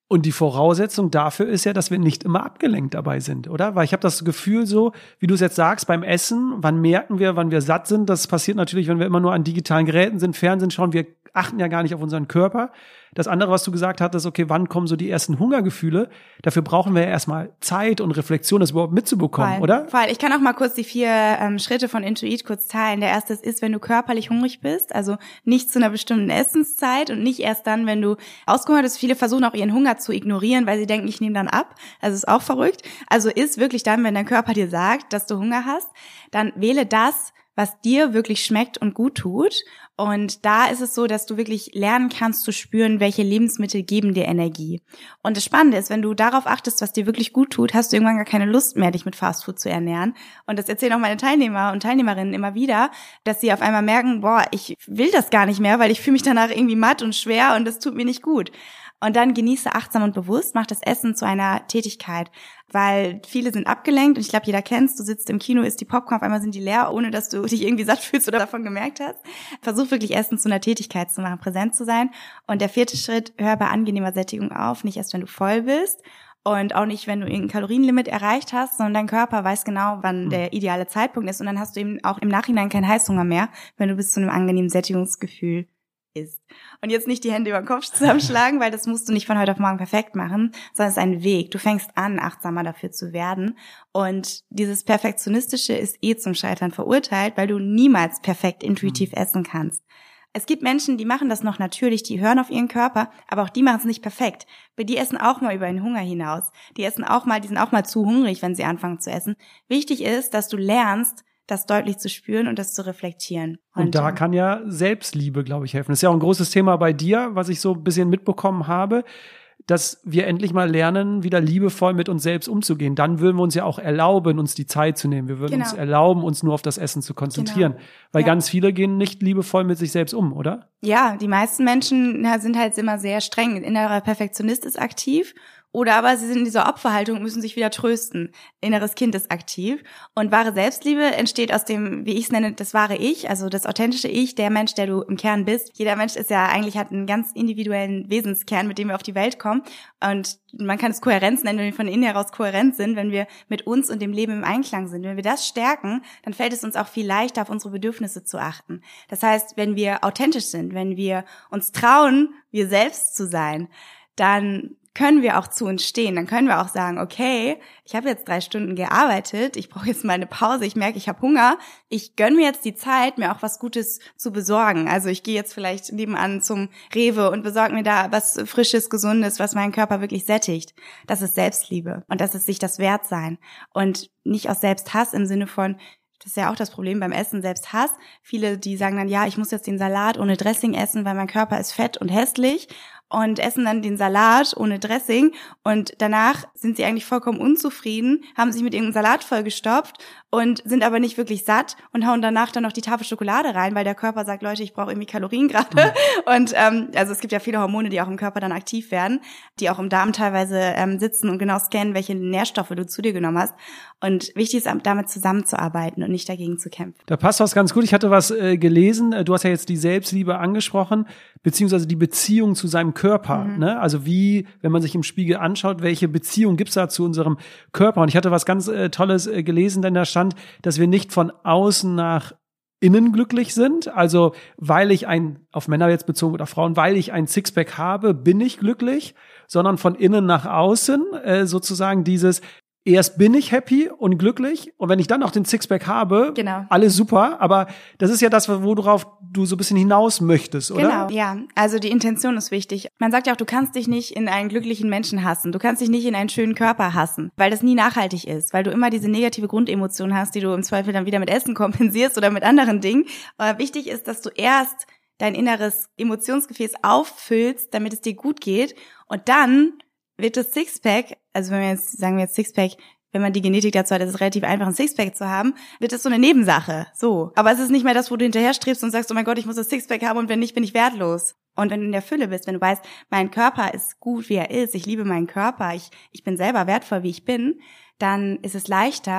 Und die Voraussetzung dafür ist ja, dass wir nicht immer abgelenkt dabei sind, oder? Weil ich habe das Gefühl so, wie du es jetzt sagst, beim Essen, wann merken wir, wann wir satt sind? Das passiert natürlich, wenn wir immer nur an digitalen Geräten sind, Fernsehen schauen. Wir achten ja gar nicht auf unseren Körper. Das andere, was du gesagt hattest, okay, wann kommen so die ersten Hungergefühle? Dafür brauchen wir ja erstmal Zeit und Reflexion, das überhaupt mitzubekommen, oder? Voll. Ich kann auch mal kurz die 4 Schritte von Intuit kurz teilen. Der erste ist, wenn du körperlich hungrig bist, also nicht zu einer bestimmten Essenszeit und nicht erst dann, wenn du ausgehungert bist. Viele versuchen auch ihren Hunger zu ignorieren, weil sie denken, ich nehme dann ab. Also ist auch verrückt. Also ist wirklich dann, wenn dein Körper dir sagt, dass du Hunger hast, dann wähle das, was dir wirklich schmeckt und gut tut. Und da ist es so, dass du wirklich lernen kannst zu spüren, welche Lebensmittel geben dir Energie. Und das Spannende ist, wenn du darauf achtest, was dir wirklich gut tut, hast du irgendwann gar keine Lust mehr, dich mit Fastfood zu ernähren. Und das erzählen auch meine Teilnehmer und Teilnehmerinnen immer wieder, dass sie auf einmal merken, boah, ich will das gar nicht mehr, weil ich fühle mich danach irgendwie matt und schwer und das tut mir nicht gut. Und dann genieße achtsam und bewusst, mach das Essen zu einer Tätigkeit, weil viele sind abgelenkt und ich glaube, jeder kennt's, du sitzt im Kino, isst die Popcorn, auf einmal sind die leer, ohne dass du dich irgendwie satt fühlst oder davon gemerkt hast. Versuch wirklich Essen zu einer Tätigkeit zu machen, präsent zu sein. Und der 4. Schritt, hör bei angenehmer Sättigung auf, nicht erst, wenn du voll bist und auch nicht, wenn du irgendein Kalorienlimit erreicht hast, sondern dein Körper weiß genau, wann der ideale Zeitpunkt ist und dann hast du eben auch im Nachhinein keinen Heißhunger mehr, wenn du bis zu einem angenehmen Sättigungsgefühl ist. Und jetzt nicht die Hände über den Kopf zusammenschlagen, weil das musst du nicht von heute auf morgen perfekt machen, sondern es ist ein Weg. Du fängst an, achtsamer dafür zu werden. Und dieses Perfektionistische ist zum Scheitern verurteilt, weil du niemals perfekt intuitiv essen kannst. Es gibt Menschen, die machen das noch natürlich, die hören auf ihren Körper, aber auch die machen es nicht perfekt. Weil die essen auch mal über den Hunger hinaus. Die sind auch mal zu hungrig, wenn sie anfangen zu essen. Wichtig ist, dass du lernst, das deutlich zu spüren und das zu reflektieren. Und da kann ja Selbstliebe, glaube ich, helfen. Das ist ja auch ein großes Thema bei dir, was ich so ein bisschen mitbekommen habe, dass wir endlich mal lernen, wieder liebevoll mit uns selbst umzugehen. Dann würden wir uns ja auch erlauben, uns die Zeit zu nehmen. Wir würden uns erlauben, uns nur auf das Essen zu konzentrieren. Genau. Weil ganz viele gehen nicht liebevoll mit sich selbst um, oder? Ja, die meisten Menschen sind halt immer sehr streng. Ein innerer Perfektionist ist aktiv. Oder aber sie sind in dieser Opferhaltung und müssen sich wieder trösten. Inneres Kind ist aktiv. Und wahre Selbstliebe entsteht aus dem, wie ich es nenne, das wahre Ich, also das authentische Ich, der Mensch, der du im Kern bist. Jeder Mensch ist ja eigentlich, hat einen ganz individuellen Wesenskern, mit dem wir auf die Welt kommen. Und man kann es Kohärenz nennen, wenn wir von innen heraus kohärent sind, wenn wir mit uns und dem Leben im Einklang sind. Wenn wir das stärken, dann fällt es uns auch viel leichter, auf unsere Bedürfnisse zu achten. Das heißt, wenn wir authentisch sind, wenn wir uns trauen, wir selbst zu sein, dann können wir auch zu uns stehen. Dann können wir auch sagen, okay, ich habe jetzt 3 Stunden gearbeitet, ich brauche jetzt mal eine Pause, ich merke, ich habe Hunger. Ich gönne mir jetzt die Zeit, mir auch was Gutes zu besorgen. Also ich gehe jetzt vielleicht nebenan zum Rewe und besorge mir da was Frisches, Gesundes, was meinen Körper wirklich sättigt. Das ist Selbstliebe und das ist sich das wert sein. Und nicht aus Selbsthass im Sinne von, das ist ja auch das Problem beim Essen, Selbsthass. Viele, die sagen dann, ja, ich muss jetzt den Salat ohne Dressing essen, weil mein Körper ist fett und hässlich. Und essen dann den Salat ohne Dressing und danach sind sie eigentlich vollkommen unzufrieden, haben sich mit irgendeinem Salat vollgestopft und sind aber nicht wirklich satt und hauen danach dann noch die Tafel Schokolade rein, weil der Körper sagt, Leute, ich brauche irgendwie Kalorien gerade. Und also es gibt ja viele Hormone, die auch im Körper dann aktiv werden, die auch im Darm teilweise sitzen und genau scannen, welche Nährstoffe du zu dir genommen hast. Und wichtig ist, damit zusammenzuarbeiten und nicht dagegen zu kämpfen. Da passt was ganz gut. Ich hatte was gelesen. Du hast ja jetzt die Selbstliebe angesprochen, beziehungsweise die Beziehung zu seinem Körper. Ne? Also wie, wenn man sich im Spiegel anschaut, welche Beziehung gibt's da zu unserem Körper? Und ich hatte was ganz Tolles gelesen, denn da stand, dass wir nicht von außen nach innen glücklich sind. Also weil ich auf Männer jetzt bezogen oder Frauen, weil ich ein Sixpack habe, bin ich glücklich, sondern von innen nach außen sozusagen dieses erst bin ich happy und glücklich und wenn ich dann noch den Sixpack habe, alles super, aber das ist ja das, worauf du so ein bisschen hinaus möchtest, oder? Genau, ja. Also die Intention ist wichtig. Man sagt ja auch, du kannst dich nicht in einen glücklichen Menschen hassen, du kannst dich nicht in einen schönen Körper hassen, weil das nie nachhaltig ist, weil du immer diese negative Grundemotion hast, die du im Zweifel dann wieder mit Essen kompensierst oder mit anderen Dingen. Aber wichtig ist, dass du erst dein inneres Emotionsgefäß auffüllst, damit es dir gut geht und dann wird das Sixpack, also wenn wir jetzt, sagen wir jetzt Sixpack, wenn man die Genetik dazu hat, ist es relativ einfach, ein Sixpack zu haben, wird es so eine Nebensache. So. Aber es ist nicht mehr das, wo du hinterher strebst und sagst, oh mein Gott, ich muss das Sixpack haben und wenn nicht, bin ich wertlos. Und wenn du in der Fülle bist, wenn du weißt, mein Körper ist gut, wie er ist, ich liebe meinen Körper, ich bin selber wertvoll, wie ich bin, dann ist es leichter,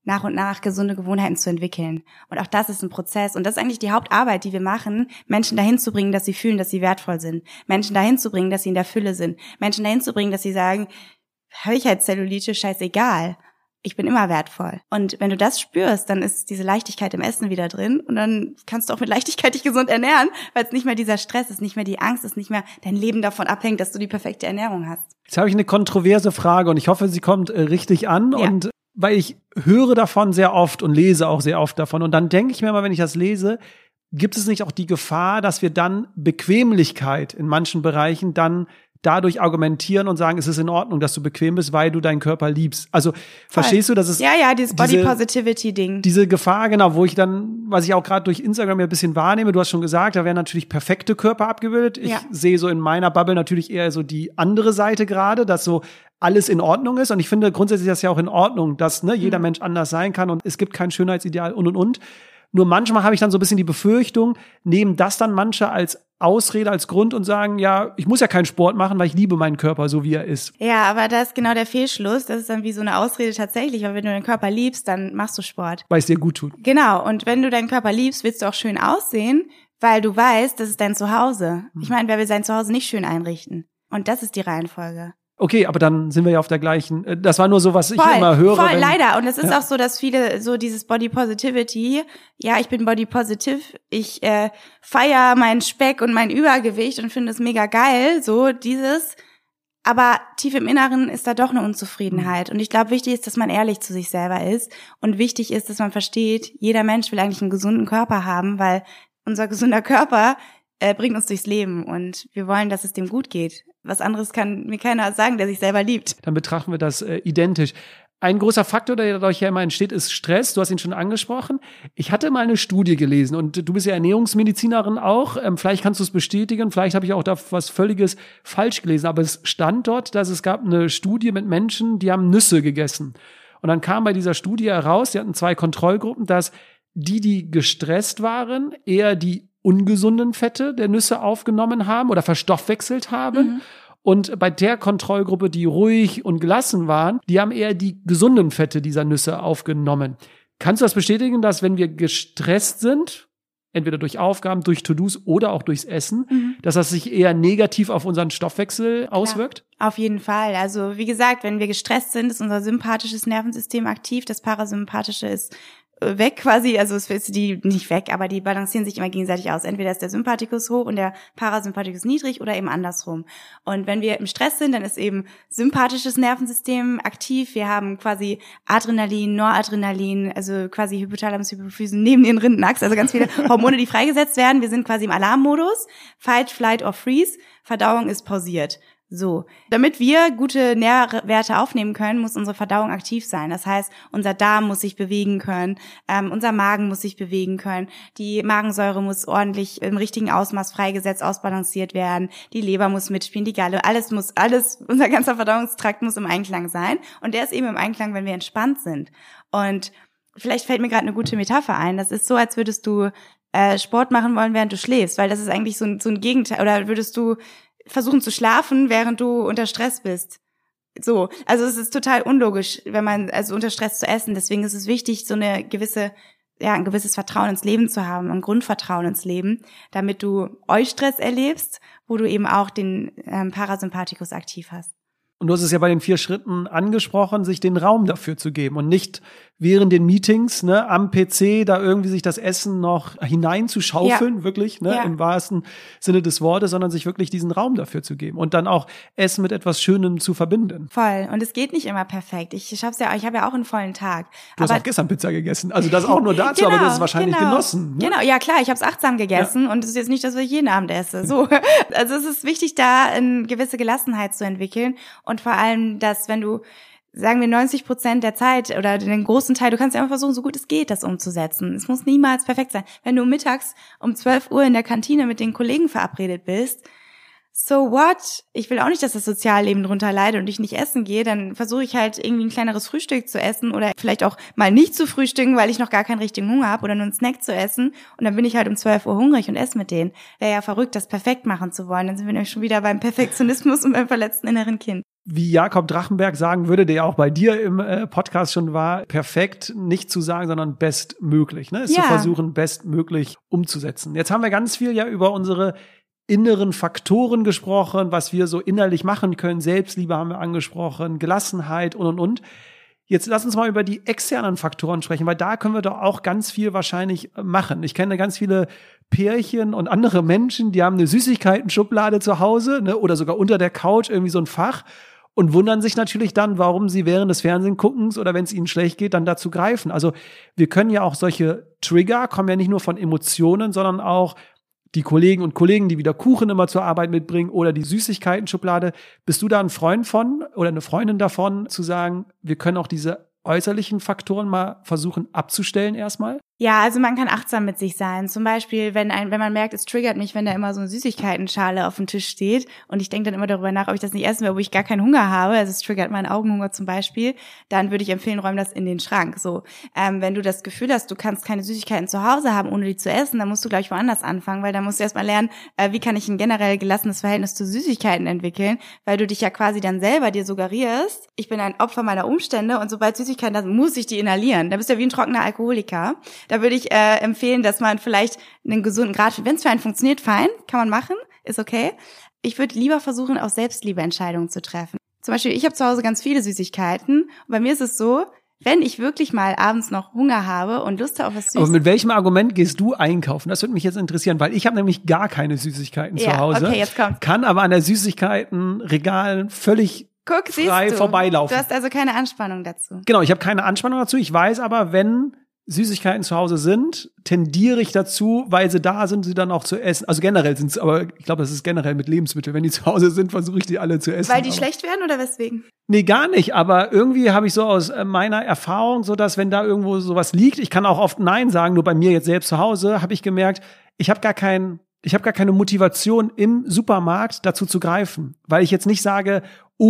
nach und nach gesunde Gewohnheiten zu entwickeln. Und auch das ist ein Prozess. Und das ist eigentlich die Hauptarbeit, die wir machen, Menschen dahin zu bringen, dass sie fühlen, dass sie wertvoll sind. Menschen dahin zu bringen, dass sie in der Fülle sind. Menschen dahin zu bringen, dass sie sagen, habe ich halt Zellulite, scheißegal. Ich bin immer wertvoll. Und wenn du das spürst, dann ist diese Leichtigkeit im Essen wieder drin und dann kannst du auch mit Leichtigkeit dich gesund ernähren, weil es nicht mehr dieser Stress ist, nicht mehr die Angst ist, nicht mehr dein Leben davon abhängt, dass du die perfekte Ernährung hast. Jetzt habe ich eine kontroverse Frage und ich hoffe, sie kommt richtig an. Ja. Und weil ich höre davon sehr oft und lese auch sehr oft davon und dann denke ich mir mal, wenn ich das lese, gibt es nicht auch die Gefahr, dass wir dann Bequemlichkeit in manchen Bereichen dann dadurch argumentieren und sagen, es ist in Ordnung, dass du bequem bist, weil du deinen Körper liebst. Also verstehst du, dass es ja, dieses Body-Positivity-Ding. Diese Gefahr, genau, wo ich dann, was ich auch gerade durch Instagram ja ein bisschen wahrnehme, du hast schon gesagt, da werden natürlich perfekte Körper abgebildet. Ich sehe so in meiner Bubble natürlich eher so die andere Seite gerade, dass so alles in Ordnung ist. Und ich finde grundsätzlich das ja auch in Ordnung, dass jeder Mensch anders sein kann und es gibt kein Schönheitsideal und. Nur manchmal habe ich dann so ein bisschen die Befürchtung, nehmen das dann manche als Ausrede, als Grund und sagen, ja, ich muss ja keinen Sport machen, weil ich liebe meinen Körper, so wie er ist. Ja, aber das ist genau der Fehlschluss. Das ist dann wie so eine Ausrede tatsächlich, weil wenn du deinen Körper liebst, dann machst du Sport. Weil es dir gut tut. Genau, und wenn du deinen Körper liebst, willst du auch schön aussehen, weil du weißt, das ist dein Zuhause. Ich meine, wer will sein Zuhause nicht schön einrichten? Und das ist die Reihenfolge. Okay, aber dann sind wir ja auf der gleichen, das war nur so, was ich immer höre. Voll, leider. Und es ist auch so, dass viele so dieses Body Positivity, ja, ich bin Body Positive, ich feiere meinen Speck und mein Übergewicht und finde es mega geil, so dieses, aber tief im Inneren ist da doch eine Unzufriedenheit. Und ich glaube, wichtig ist, dass man ehrlich zu sich selber ist und wichtig ist, dass man versteht, jeder Mensch will eigentlich einen gesunden Körper haben, weil unser gesunder Körper bringt uns durchs Leben und wir wollen, dass es dem gut geht. Was anderes kann mir keiner sagen, der sich selber liebt. Dann betrachten wir das identisch. Ein großer Faktor, der dadurch ja immer entsteht, ist Stress. Du hast ihn schon angesprochen. Ich hatte mal eine Studie gelesen und du bist ja Ernährungsmedizinerin auch. Vielleicht kannst du es bestätigen. Vielleicht habe ich auch da was Völliges falsch gelesen. Aber es stand dort, dass es gab eine Studie mit Menschen, die haben Nüsse gegessen. Und dann kam bei dieser Studie heraus, die hatten 2 Kontrollgruppen, dass die gestresst waren, eher die ungesunden Fette der Nüsse aufgenommen haben oder verstoffwechselt haben. Und bei der Kontrollgruppe, die ruhig und gelassen waren, die haben eher die gesunden Fette dieser Nüsse aufgenommen. Kannst du das bestätigen, dass wenn wir gestresst sind, entweder durch Aufgaben, durch To-Dos oder auch durchs Essen, dass das sich eher negativ auf unseren Stoffwechsel auswirkt? Ja, auf jeden Fall. Also wie gesagt, wenn wir gestresst sind, ist unser sympathisches Nervensystem aktiv, das parasympathische ist weg quasi, also es ist die nicht weg, aber die balancieren sich immer gegenseitig aus. Entweder ist der Sympathikus hoch und der Parasympathikus niedrig oder eben andersrum. Und wenn wir im Stress sind, dann ist eben sympathisches Nervensystem aktiv. Wir haben quasi Adrenalin, Noradrenalin, also quasi Hypothalamus, Hypophysen neben den Rindenachsen, also ganz viele Hormone, die freigesetzt werden. Wir sind quasi im Alarmmodus. Fight, Flight or Freeze. Verdauung ist pausiert. So, damit wir gute Nährwerte aufnehmen können, muss unsere Verdauung aktiv sein. Das heißt, unser Darm muss sich bewegen können, unser Magen muss sich bewegen können, die Magensäure muss ordentlich im richtigen Ausmaß freigesetzt, ausbalanciert werden, die Leber muss mitspielen, die Galle, unser ganzer Verdauungstrakt muss im Einklang sein. Und der ist eben im Einklang, wenn wir entspannt sind. Und vielleicht fällt mir gerade eine gute Metapher ein. Das ist so, als würdest du Sport machen wollen, während du schläfst, weil das ist eigentlich so ein Gegenteil. Oder würdest du versuchen zu schlafen, während du unter Stress bist. So, also es ist total unlogisch, wenn man unter Stress zu essen. Deswegen ist es wichtig, so ein gewisses Vertrauen ins Leben zu haben, ein Grundvertrauen ins Leben, damit du Eustress erlebst, wo du eben auch den Parasympathikus aktiv hast. Und du hast es ja bei den 4 Schritten angesprochen, sich den Raum dafür zu geben und nicht während den Meetings, am PC da irgendwie sich das Essen noch hineinzuschaufeln, wirklich, im wahrsten Sinne des Wortes, sondern sich wirklich diesen Raum dafür zu geben und dann auch Essen mit etwas Schönem zu verbinden. Voll. Und es geht nicht immer perfekt. Ich habe ja auch einen vollen Tag. Du hast auch gestern Pizza gegessen. Also das auch nur dazu, aber das ist wahrscheinlich genossen. Ne? Genau, ja klar, ich habe es achtsam gegessen und es ist jetzt nicht, dass ich jeden Abend esse. So. Also es ist wichtig, da eine gewisse Gelassenheit zu entwickeln. Und vor allem, dass wenn du, sagen wir 90% der Zeit oder den großen Teil, du kannst ja einfach versuchen, so gut es geht, das umzusetzen. Es muss niemals perfekt sein. Wenn du mittags um 12 Uhr in der Kantine mit den Kollegen verabredet bist, so what? Ich will auch nicht, dass das Sozialleben drunter leidet und ich nicht essen gehe, dann versuche ich halt irgendwie ein kleineres Frühstück zu essen oder vielleicht auch mal nicht zu frühstücken, weil ich noch gar keinen richtigen Hunger habe oder nur einen Snack zu essen und dann bin ich halt um 12 Uhr hungrig und esse mit denen. Wäre ja verrückt, das perfekt machen zu wollen. Dann sind wir nämlich schon wieder beim Perfektionismus und beim verletzten inneren Kind. wie Jakob Drachenberg sagen würde, der ja auch bei dir im Podcast schon war, perfekt nicht zu sagen, sondern bestmöglich, ne? Es zu versuchen, bestmöglich umzusetzen. Jetzt haben wir ganz viel ja über unsere inneren Faktoren gesprochen, was wir so innerlich machen können. Selbstliebe haben wir angesprochen, Gelassenheit und. Jetzt lass uns mal über die externen Faktoren sprechen, weil da können wir doch auch ganz viel wahrscheinlich machen. Ich kenne ganz viele Pärchen und andere Menschen, die haben eine Süßigkeiten-Schublade zu Hause, ne, oder sogar unter der Couch irgendwie so ein Fach und wundern sich natürlich dann, warum sie während des Fernsehguckens oder wenn es ihnen schlecht geht, dann dazu greifen. Also wir können ja auch solche Trigger, kommen ja nicht nur von Emotionen, sondern auch die Kollegen und Kollegen, die wieder Kuchen immer zur Arbeit mitbringen oder die Süßigkeiten-Schublade. Bist du da ein Freund von oder eine Freundin davon, zu sagen, wir können auch diese äußerlichen Faktoren mal versuchen abzustellen erstmal? Ja, also man kann achtsam mit sich sein. Zum Beispiel, wenn man merkt, es triggert mich, wenn da immer so eine Süßigkeitenschale auf dem Tisch steht und ich denke dann immer darüber nach, ob ich das nicht essen will, wo ich gar keinen Hunger habe, also es triggert meinen Augenhunger zum Beispiel, dann würde ich empfehlen, räum das in den Schrank. So, wenn du das Gefühl hast, du kannst keine Süßigkeiten zu Hause haben, ohne die zu essen, dann musst du gleich woanders anfangen, weil dann musst du erstmal lernen, wie kann ich ein generell gelassenes Verhältnis zu Süßigkeiten entwickeln, weil du dich ja quasi dann selber dir suggerierst, ich bin ein Opfer meiner Umstände und sobald Süßigkeiten da sind, muss ich die inhalieren. Da bist du ja wie ein trockener Alkoholiker. Da würde ich empfehlen, dass man vielleicht einen gesunden Grad, wenn es für einen funktioniert, fein, kann man machen, ist okay. Ich würde lieber versuchen, auch Selbstliebeentscheidungen zu treffen. Zum Beispiel, ich habe zu Hause ganz viele Süßigkeiten und bei mir ist es so, wenn ich wirklich mal abends noch Hunger habe und Lust habe auf was Süßes. Aber mit welchem Argument gehst du einkaufen? Das würde mich jetzt interessieren, weil ich habe nämlich gar keine Süßigkeiten zu Hause. Okay, jetzt kommt's. Kann aber an der Süßigkeitenregal völlig frei vorbeilaufen. Du hast also keine Anspannung dazu. Genau, ich habe keine Anspannung dazu. Ich weiß aber, wenn Süßigkeiten zu Hause sind, tendiere ich dazu, weil sie da sind, sie dann auch zu essen. Also generell sind es, aber ich glaube, das ist generell mit Lebensmitteln. Wenn die zu Hause sind, versuche ich die alle zu essen. Weil die schlecht werden oder weswegen? Nee, gar nicht. Aber irgendwie habe ich so aus meiner Erfahrung, so dass wenn da irgendwo sowas liegt, ich kann auch oft Nein sagen, nur bei mir jetzt selbst zu Hause, habe ich gemerkt, ich habe gar keine Motivation im Supermarkt dazu zu greifen. Weil ich jetzt nicht sage,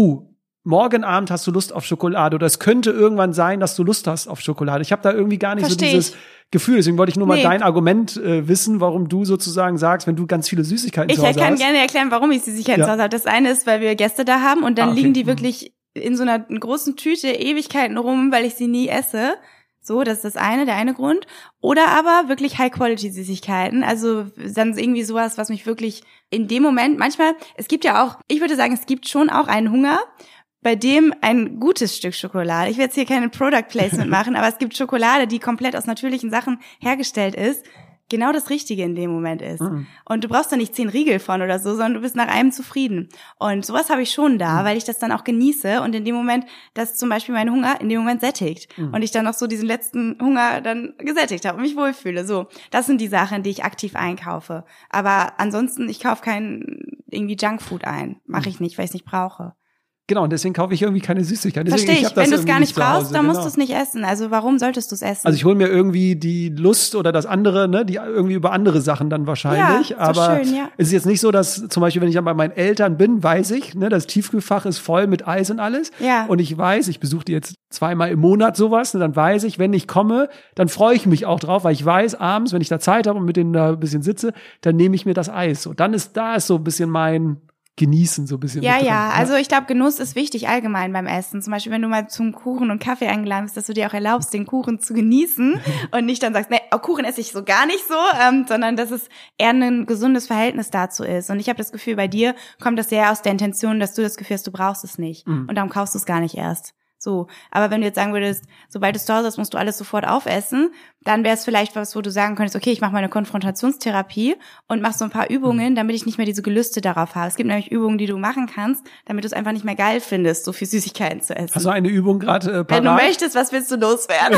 morgen Abend hast du Lust auf Schokolade oder es könnte irgendwann sein, dass du Lust hast auf Schokolade. Ich habe da irgendwie gar nicht so dieses Gefühl. Deswegen wollte ich nur mal dein Argument wissen, warum du sozusagen sagst, wenn du ganz viele Süßigkeiten zu Hause hast. Ich kann gerne erklären, warum ich Süßigkeiten zu Hause habe. Das eine ist, weil wir Gäste da haben und dann liegen die wirklich in so einer großen Tüte Ewigkeiten rum, weil ich sie nie esse. So, das ist der eine Grund. Oder aber wirklich High-Quality-Süßigkeiten. Also dann irgendwie sowas, was mich wirklich in dem Moment, manchmal, es gibt ja auch, ich würde sagen, es gibt schon auch einen Hunger, bei dem ein gutes Stück Schokolade, ich will jetzt hier keine Product Placement machen, aber es gibt Schokolade, die komplett aus natürlichen Sachen hergestellt ist, genau das Richtige in dem Moment ist. Mhm. Und du brauchst da nicht 10 Riegel von oder so, sondern du bist nach einem zufrieden. Und sowas habe ich schon da, weil ich das dann auch genieße und in dem Moment, dass zum Beispiel mein Hunger in dem Moment sättigt. Mhm. Und ich dann auch so diesen letzten Hunger dann gesättigt habe und mich wohlfühle. So, das sind die Sachen, die ich aktiv einkaufe. Aber ansonsten, ich kaufe kein irgendwie Junkfood ein. Mache ich nicht, weil ich es nicht brauche. Genau, und deswegen kaufe ich irgendwie keine Süßigkeiten. Verstehe ich. Wenn du es gar nicht brauchst, dann musst du es nicht essen. Also warum solltest du es essen? Also ich hole mir irgendwie die Lust oder das andere, ne, die irgendwie über andere Sachen dann wahrscheinlich. Ja, aber schön, es ist jetzt nicht so, dass zum Beispiel, wenn ich dann bei meinen Eltern bin, weiß ich, ne, das Tiefkühlfach ist voll mit Eis und alles. Ja. Und ich weiß, ich besuche die jetzt 2-mal im Monat sowas. Und dann weiß ich, wenn ich komme, dann freue ich mich auch drauf, weil ich weiß, abends, wenn ich da Zeit habe und mit denen da ein bisschen sitze, dann nehme ich mir das Eis. Und dann ist so ein bisschen mein Genießen so ein bisschen. Ja, also ich glaube, Genuss ist wichtig allgemein beim Essen. Zum Beispiel, wenn du mal zum Kuchen und Kaffee eingeladen bist, dass du dir auch erlaubst, den Kuchen zu genießen und nicht dann sagst, nee, Kuchen esse ich so gar nicht so, sondern dass es eher ein gesundes Verhältnis dazu ist. Und ich habe das Gefühl, bei dir kommt das sehr aus der Intention, dass du das Gefühl hast, du brauchst es nicht. Und darum kaufst du es gar nicht erst. So, aber wenn du jetzt sagen würdest, sobald du zu Hause hast, musst du alles sofort aufessen, dann wäre es vielleicht was, wo du sagen könntest, okay, ich mache mal eine Konfrontationstherapie und mach so ein paar Übungen, damit ich nicht mehr diese Gelüste darauf habe. Es gibt nämlich Übungen, die du machen kannst, damit du es einfach nicht mehr geil findest, so viel Süßigkeiten zu essen. Hast du eine Übung gerade parat? Wenn du möchtest, was willst du loswerden?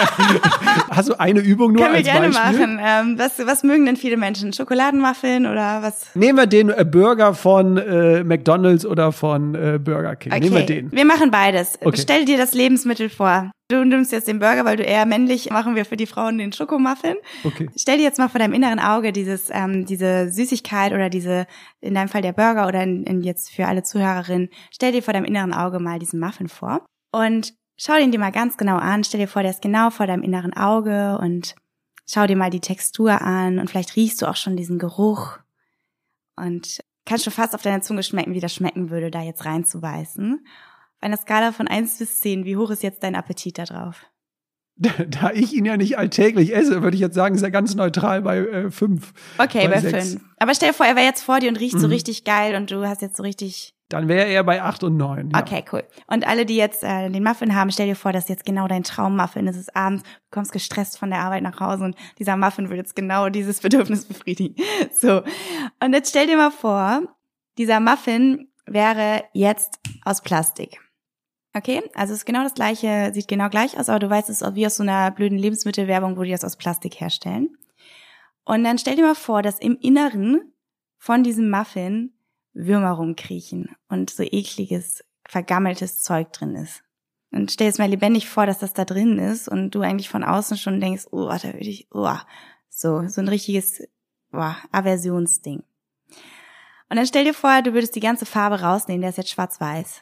Hast du eine Übung nur als Beispiel? Können wir gerne machen. Was mögen denn viele Menschen? Schokoladenwaffeln oder was? Nehmen wir den Burger von McDonald's oder von Burger King. Okay. Nehmen wir den. Wir machen beides. Okay. Stell dir das Lebensmittel vor. Du nimmst jetzt den Burger, weil du eher männlich, machen wir für die Frauen den Schokomuffin. Okay. Stell dir jetzt mal vor deinem inneren Auge diese Süßigkeit oder in deinem Fall der Burger oder jetzt für alle Zuhörerinnen, stell dir vor deinem inneren Auge mal diesen Muffin vor und schau den dir mal ganz genau an. Stell dir vor, der ist genau vor deinem inneren Auge und schau dir mal die Textur an und vielleicht riechst du auch schon diesen Geruch und kann schon fast auf deiner Zunge schmecken, wie das schmecken würde, da jetzt reinzubeißen. Auf einer Skala von 1 bis 10, wie hoch ist jetzt dein Appetit da drauf? Da ich ihn ja nicht alltäglich esse, würde ich jetzt sagen, ist er ganz neutral bei 5. Okay, bei 5. Aber stell dir vor, er wäre jetzt vor dir und riecht so richtig geil und du hast jetzt so richtig... Dann wäre er bei 8 und 9. Ja. Okay, cool. Und alle, die jetzt den Muffin haben, stell dir vor, das ist jetzt genau dein Traummuffin. Es ist abends, du kommst gestresst von der Arbeit nach Hause und dieser Muffin will jetzt genau dieses Bedürfnis befriedigen. So. Und jetzt stell dir mal vor, dieser Muffin wäre jetzt aus Plastik. Okay, also es ist genau das gleiche, sieht genau gleich aus, aber du weißt, es ist wie aus so einer blöden Lebensmittelwerbung, wo die das aus Plastik herstellen. Und dann stell dir mal vor, dass im Inneren von diesem Muffin Würmer rumkriechen und so ekliges, vergammeltes Zeug drin ist. Und stell dir mal lebendig vor, dass das da drin ist und du eigentlich von außen schon denkst, oh, da würde ich, so ein richtiges, Aversionsding. Und dann stell dir vor, du würdest die ganze Farbe rausnehmen, der ist jetzt schwarz-weiß.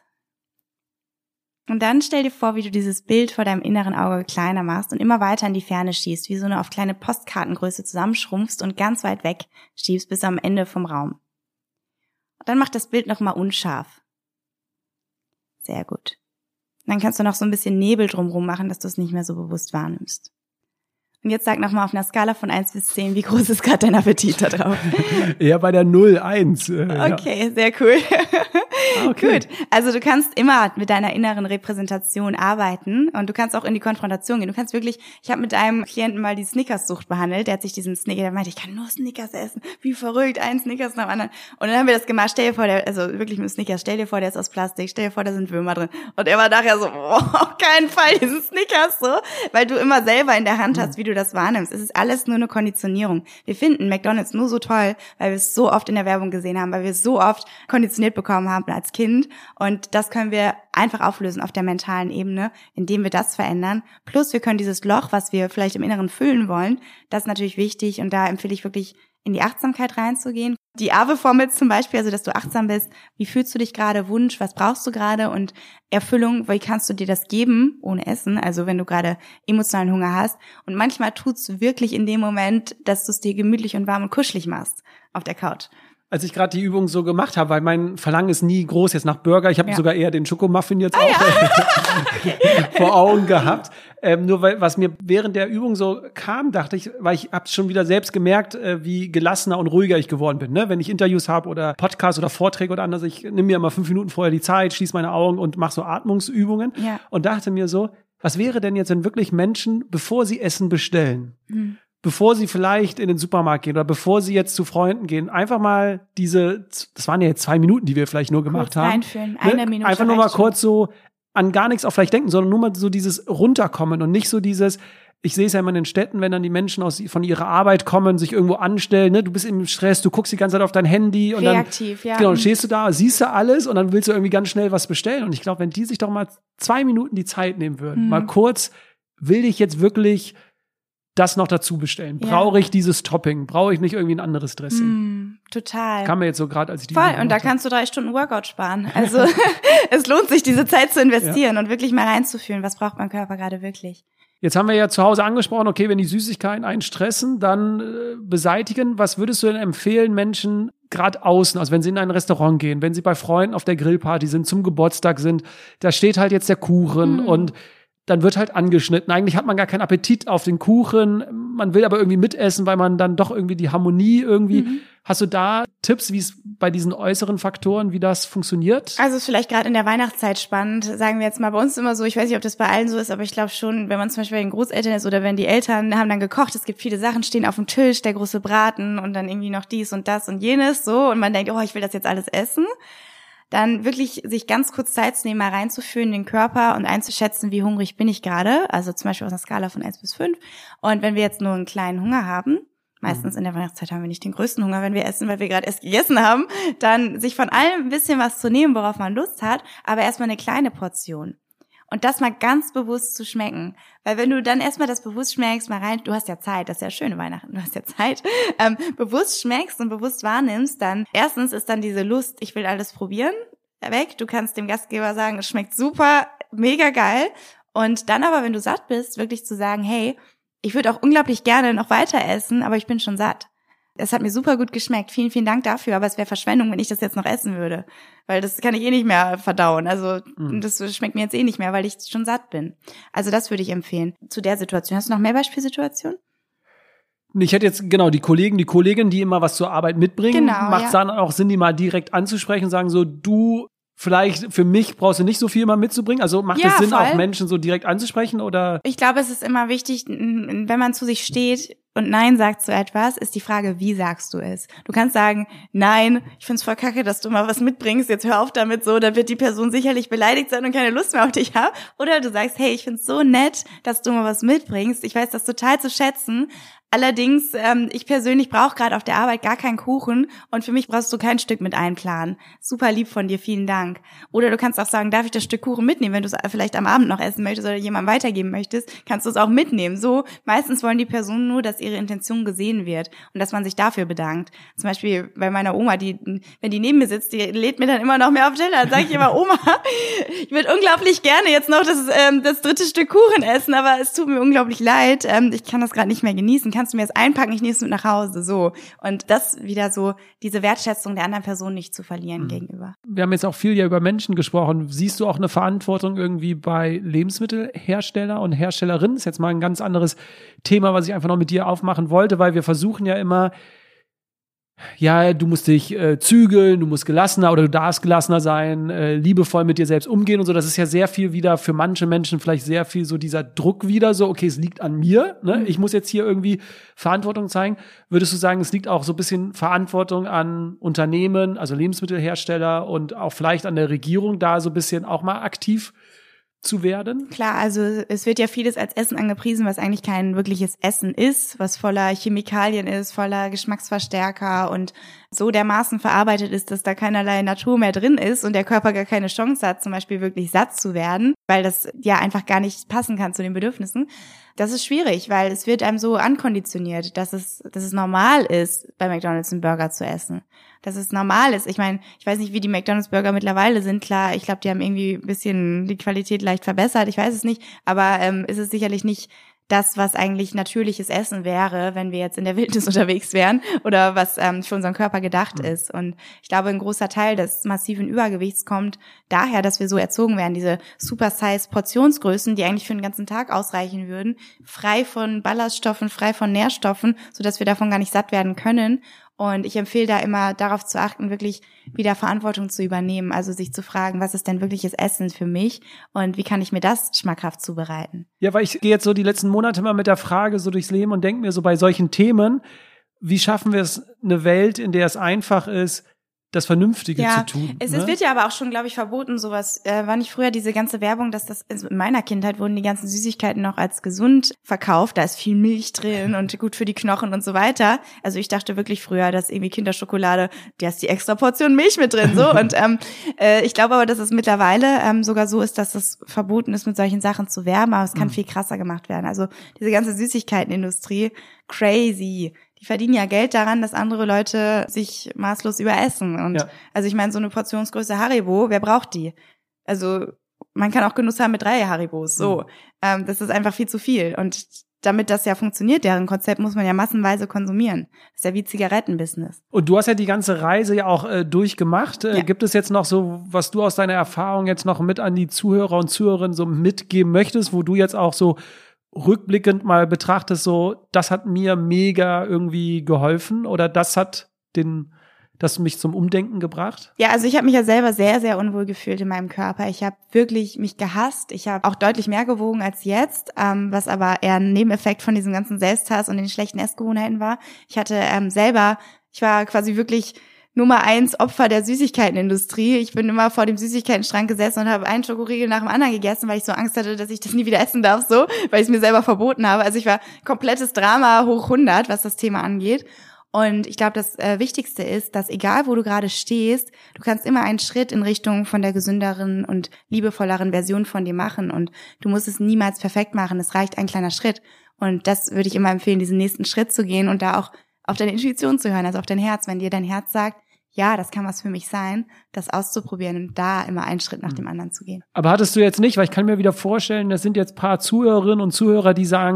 Und dann stell dir vor, wie du dieses Bild vor deinem inneren Auge kleiner machst und immer weiter in die Ferne schießt, wie so eine auf kleine Postkartengröße zusammenschrumpfst und ganz weit weg schiebst bis am Ende vom Raum. Und dann macht das Bild nochmal unscharf. Sehr gut. Dann kannst du noch so ein bisschen Nebel drumherum machen, dass du es nicht mehr so bewusst wahrnimmst. Und jetzt sag nochmal auf einer Skala von 1 bis 10, wie groß ist gerade dein Appetit da drauf? Eher bei der 0, 1. Okay, sehr cool. Okay. Gut, also du kannst immer mit deiner inneren Repräsentation arbeiten und du kannst auch in die Konfrontation gehen. Du kannst wirklich, ich habe mit einem Klienten mal die Snickers-Sucht behandelt, der hat sich diesen Snickers, der meinte, ich kann nur Snickers essen, wie verrückt, ein Snickers nach dem anderen. Und dann haben wir das gemacht, stell dir vor, also wirklich mit dem Snickers, stell dir vor, der ist aus Plastik, stell dir vor, da sind Würmer drin. Und er war nachher so, auf keinen Fall diesen Snickers so, weil du immer selber in der Hand hast, wie du das wahrnimmst. Es ist alles nur eine Konditionierung. Wir finden McDonald's nur so toll, weil wir es so oft in der Werbung gesehen haben, weil wir es so oft konditioniert bekommen haben als Kind. Und das können wir einfach auflösen auf der mentalen Ebene, indem wir das verändern. Plus wir können dieses Loch, was wir vielleicht im Inneren füllen wollen, das ist natürlich wichtig. Und da empfehle ich wirklich, in die Achtsamkeit reinzugehen. Die AWE-Formel zum Beispiel, also dass du achtsam bist, wie fühlst du dich gerade, Wunsch, was brauchst du gerade und Erfüllung, wie kannst du dir das geben ohne Essen, also wenn du gerade emotionalen Hunger hast. Und manchmal tut's wirklich in dem Moment, dass du es dir gemütlich und warm und kuschelig machst auf der Couch. Als ich gerade die Übung so gemacht habe, weil mein Verlangen ist nie groß jetzt nach Burger. Ich habe sogar eher den Schokomuffin jetzt auch vor Augen gehabt. Nur weil was mir während der Übung so kam, dachte ich, weil ich habe schon wieder selbst gemerkt, wie gelassener und ruhiger ich geworden bin. Ne? Wenn ich Interviews habe oder Podcasts oder Vorträge oder anderes, ich nehme mir immer 5 Minuten vorher die Zeit, schließe meine Augen und mache so Atmungsübungen und dachte mir so, was wäre denn jetzt, wenn wirklich Menschen, bevor sie Essen bestellen, bevor sie vielleicht in den Supermarkt gehen oder bevor sie jetzt zu Freunden gehen, einfach mal das waren ja jetzt 2 Minuten, die wir vielleicht nur gemacht haben. Reinfühlen, eine Minute. Einfach nur mal kurz so an gar nichts auch vielleicht denken, sondern nur mal so dieses Runterkommen und nicht so dieses, ich sehe es ja immer in den Städten, wenn dann die Menschen von ihrer Arbeit kommen, sich irgendwo anstellen, ne? Du bist im Stress, du guckst die ganze Zeit auf dein Handy und reaktiv, dann genau, stehst du da, siehst du alles und dann willst du irgendwie ganz schnell was bestellen. Und ich glaube, wenn die sich doch mal 2 Minuten die Zeit nehmen würden, mal kurz, will ich jetzt wirklich das noch dazu bestellen? Brauche ich dieses Topping? Brauche ich nicht irgendwie ein anderes Dressing? Total. Kam mir jetzt so gerade, als ich die Voll, und da kannst du 3 Stunden Workout sparen. Also es lohnt sich, diese Zeit zu investieren und wirklich mal reinzufühlen, was braucht mein Körper gerade wirklich. Jetzt haben wir ja zu Hause angesprochen, okay, wenn die Süßigkeiten einen stressen, dann beseitigen. Was würdest du denn empfehlen, Menschen gerade außen, also wenn sie in ein Restaurant gehen, wenn sie bei Freunden auf der Grillparty sind, zum Geburtstag sind, da steht halt jetzt der Kuchen und dann wird halt angeschnitten. Eigentlich hat man gar keinen Appetit auf den Kuchen. Man will aber irgendwie mitessen, weil man dann doch irgendwie die Harmonie irgendwie. Hast du da Tipps, wie es bei diesen äußeren Faktoren, wie das funktioniert? Also ist vielleicht gerade in der Weihnachtszeit spannend, sagen wir jetzt mal. Bei uns ist immer so, ich weiß nicht, ob das bei allen so ist, aber ich glaube schon, wenn man zum Beispiel bei den Großeltern ist oder wenn die Eltern haben dann gekocht, es gibt viele Sachen, stehen auf dem Tisch, der große Braten und dann irgendwie noch dies und das und jenes so und man denkt, oh, ich will das jetzt alles essen. Dann wirklich sich ganz kurz Zeit zu nehmen, mal reinzufühlen in den Körper und einzuschätzen, wie hungrig bin ich gerade. Also zum Beispiel auf einer Skala von 1 bis 5. Und wenn wir jetzt nur einen kleinen Hunger haben, meistens in der Weihnachtszeit haben wir nicht den größten Hunger, wenn wir essen, weil wir gerade erst gegessen haben, dann sich von allem ein bisschen was zu nehmen, worauf man Lust hat, aber erstmal eine kleine Portion. Und das mal ganz bewusst zu schmecken. Weil wenn du dann erstmal das bewusst schmeckst, mal rein, du hast ja Zeit, das ist ja schöne Weihnachten, du hast ja Zeit, bewusst schmeckst und bewusst wahrnimmst, dann erstens ist dann diese Lust, ich will alles probieren, weg. Du kannst dem Gastgeber sagen, es schmeckt super, mega geil. Und dann aber, wenn du satt bist, wirklich zu sagen, hey, ich würde auch unglaublich gerne noch weiter essen, aber ich bin schon satt. Es hat mir super gut geschmeckt. Vielen, vielen Dank dafür. Aber es wäre Verschwendung, wenn ich das jetzt noch essen würde. Weil das kann ich eh nicht mehr verdauen. Also das schmeckt mir jetzt eh nicht mehr, weil ich schon satt bin. Also das würde ich empfehlen. Zu der Situation. Hast du noch mehr Beispielsituationen? Ich hätte jetzt, genau, die Kolleginnen, die immer was zur Arbeit mitbringen. Genau, macht es dann auch Sinn, die mal direkt anzusprechen und sagen so, du, vielleicht für mich brauchst du nicht so viel mal mitzubringen. Also macht es Sinn, voll. auch Menschen so direkt anzusprechen, oder? Ich glaube, es ist immer wichtig, wenn man zu sich steht und Nein sagt zu etwas, ist die Frage, wie sagst du es? Du kannst sagen, nein, ich find's voll kacke, dass du mal was mitbringst, jetzt hör auf damit so, da wird die Person sicherlich beleidigt sein und keine Lust mehr auf dich haben. Oder du sagst, hey, ich find's so nett, dass du mal was mitbringst, ich weiß das total zu schätzen. Allerdings, ich persönlich brauche gerade auf der Arbeit gar keinen Kuchen und für mich brauchst du kein Stück mit einplanen. Super lieb von dir, vielen Dank. Oder du kannst auch sagen, darf ich das Stück Kuchen mitnehmen, wenn du es vielleicht am Abend noch essen möchtest oder jemandem weitergeben möchtest, kannst du es auch mitnehmen. So, meistens wollen die Personen nur, dass ihre Intention gesehen wird und dass man sich dafür bedankt. Zum Beispiel bei meiner Oma, wenn die neben mir sitzt, die lädt mir dann immer noch mehr auf den Teller. Dann sage ich immer, Oma, ich würde unglaublich gerne jetzt noch das dritte Stück Kuchen essen, aber es tut mir unglaublich leid. Ich kann das gerade nicht mehr genießen. Kannst du mir das einpacken, ich nehme es mit nach Hause, so. Und das wieder so, diese Wertschätzung der anderen Person nicht zu verlieren gegenüber. Wir haben jetzt auch viel ja über Menschen gesprochen. Siehst du auch eine Verantwortung irgendwie bei Lebensmittelhersteller und Herstellerinnen? Das ist jetzt mal ein ganz anderes Thema, was ich einfach noch mit dir aufmachen wollte, weil wir versuchen ja immer, ja, du musst dich zügeln, du musst gelassener oder du darfst gelassener sein, liebevoll mit dir selbst umgehen und so. Das ist ja sehr viel wieder für manche Menschen vielleicht sehr viel so dieser Druck wieder so, okay, es liegt an mir, ne? Ich muss jetzt hier irgendwie Verantwortung zeigen. Würdest du sagen, es liegt auch so ein bisschen Verantwortung an Unternehmen, also Lebensmittelhersteller und auch vielleicht an der Regierung, da so ein bisschen auch mal aktiv zu werden? Klar, also es wird ja vieles als Essen angepriesen, was eigentlich kein wirkliches Essen ist, was voller Chemikalien ist, voller Geschmacksverstärker und so dermaßen verarbeitet ist, dass da keinerlei Natur mehr drin ist und der Körper gar keine Chance hat, zum Beispiel wirklich satt zu werden, weil das ja einfach gar nicht passen kann zu den Bedürfnissen. Das ist schwierig, weil es wird einem so ankonditioniert, dass es normal ist, bei McDonald's einen Burger zu essen. Dass es normal ist. Ich meine, ich weiß nicht, wie die McDonald's-Burger mittlerweile sind. Klar, ich glaube, die haben irgendwie ein bisschen die Qualität leicht verbessert. Ich weiß es nicht. Aber ist es sicherlich nicht das, was eigentlich natürliches Essen wäre, wenn wir jetzt in der Wildnis unterwegs wären oder was für unseren Körper gedacht ist. Und ich glaube, ein großer Teil des massiven Übergewichts kommt daher, dass wir so erzogen werden, diese Super-Size-Portionsgrößen, die eigentlich für den ganzen Tag ausreichen würden, frei von Ballaststoffen, frei von Nährstoffen, sodass wir davon gar nicht satt werden können. Und ich empfehle da immer darauf zu achten, wirklich wieder Verantwortung zu übernehmen, also sich zu fragen, was ist denn wirkliches Essen für mich und wie kann ich mir das schmackhaft zubereiten? Ja, weil ich gehe jetzt so die letzten Monate mal mit der Frage so durchs Leben und denke mir so bei solchen Themen, wie schaffen wir es, eine Welt, in der es einfach ist, das Vernünftige zu tun. Es wird ja aber auch schon, glaube ich, verboten, sowas. War nicht früher diese ganze Werbung, dass also in meiner Kindheit wurden die ganzen Süßigkeiten noch als gesund verkauft. Da ist viel Milch drin und gut für die Knochen und so weiter. Also ich dachte wirklich früher, dass irgendwie Kinderschokolade, da ist die extra Portion Milch mit drin, so. Und ich glaube aber, dass es mittlerweile sogar so ist, dass es verboten ist, mit solchen Sachen zu werben, aber es kann viel krasser gemacht werden. Also diese ganze Süßigkeitenindustrie, crazy. Die verdienen ja Geld daran, dass andere Leute sich maßlos überessen. Und also ich meine, so eine Portionsgröße Haribo, wer braucht die? Also man kann auch Genuss haben mit 3 Haribos. So, das ist einfach viel zu viel. Und damit das ja funktioniert, deren Konzept, muss man ja massenweise konsumieren. Das ist ja wie Zigarettenbusiness. Und du hast ja die ganze Reise ja auch durchgemacht. Gibt es jetzt noch so, was du aus deiner Erfahrung jetzt noch mit an die Zuhörer und Zuhörerinnen so mitgeben möchtest, wo du jetzt auch so rückblickend mal betrachtest, so, das hat mir mega irgendwie geholfen oder das hat mich zum Umdenken gebracht? Ja, also ich habe mich ja selber sehr, sehr unwohl gefühlt in meinem Körper. Ich habe wirklich mich gehasst. Ich habe auch deutlich mehr gewogen als jetzt, was aber eher ein Nebeneffekt von diesem ganzen Selbsthass und den schlechten Essgewohnheiten war. Ich war quasi wirklich Nummer 1 Opfer der Süßigkeitenindustrie. Ich bin immer vor dem Süßigkeitenschrank gesessen und habe einen Schokoriegel nach dem anderen gegessen, weil ich so Angst hatte, dass ich das nie wieder essen darf, so, weil ich es mir selber verboten habe. Also ich war komplettes Drama hoch 100, was das Thema angeht. Und ich glaube, das Wichtigste ist, dass egal, wo du gerade stehst, du kannst immer einen Schritt in Richtung von der gesünderen und liebevolleren Version von dir machen. Und du musst es niemals perfekt machen. Es reicht ein kleiner Schritt. Und das würde ich immer empfehlen, diesen nächsten Schritt zu gehen und da auch auf deine Intuition zu hören, also auf dein Herz. Wenn dir dein Herz sagt, ja, das kann was für mich sein, das auszuprobieren und da immer einen Schritt nach dem anderen zu gehen. Aber hattest du jetzt nicht, weil ich kann mir wieder vorstellen, das sind jetzt ein paar Zuhörerinnen und Zuhörer, die sagen,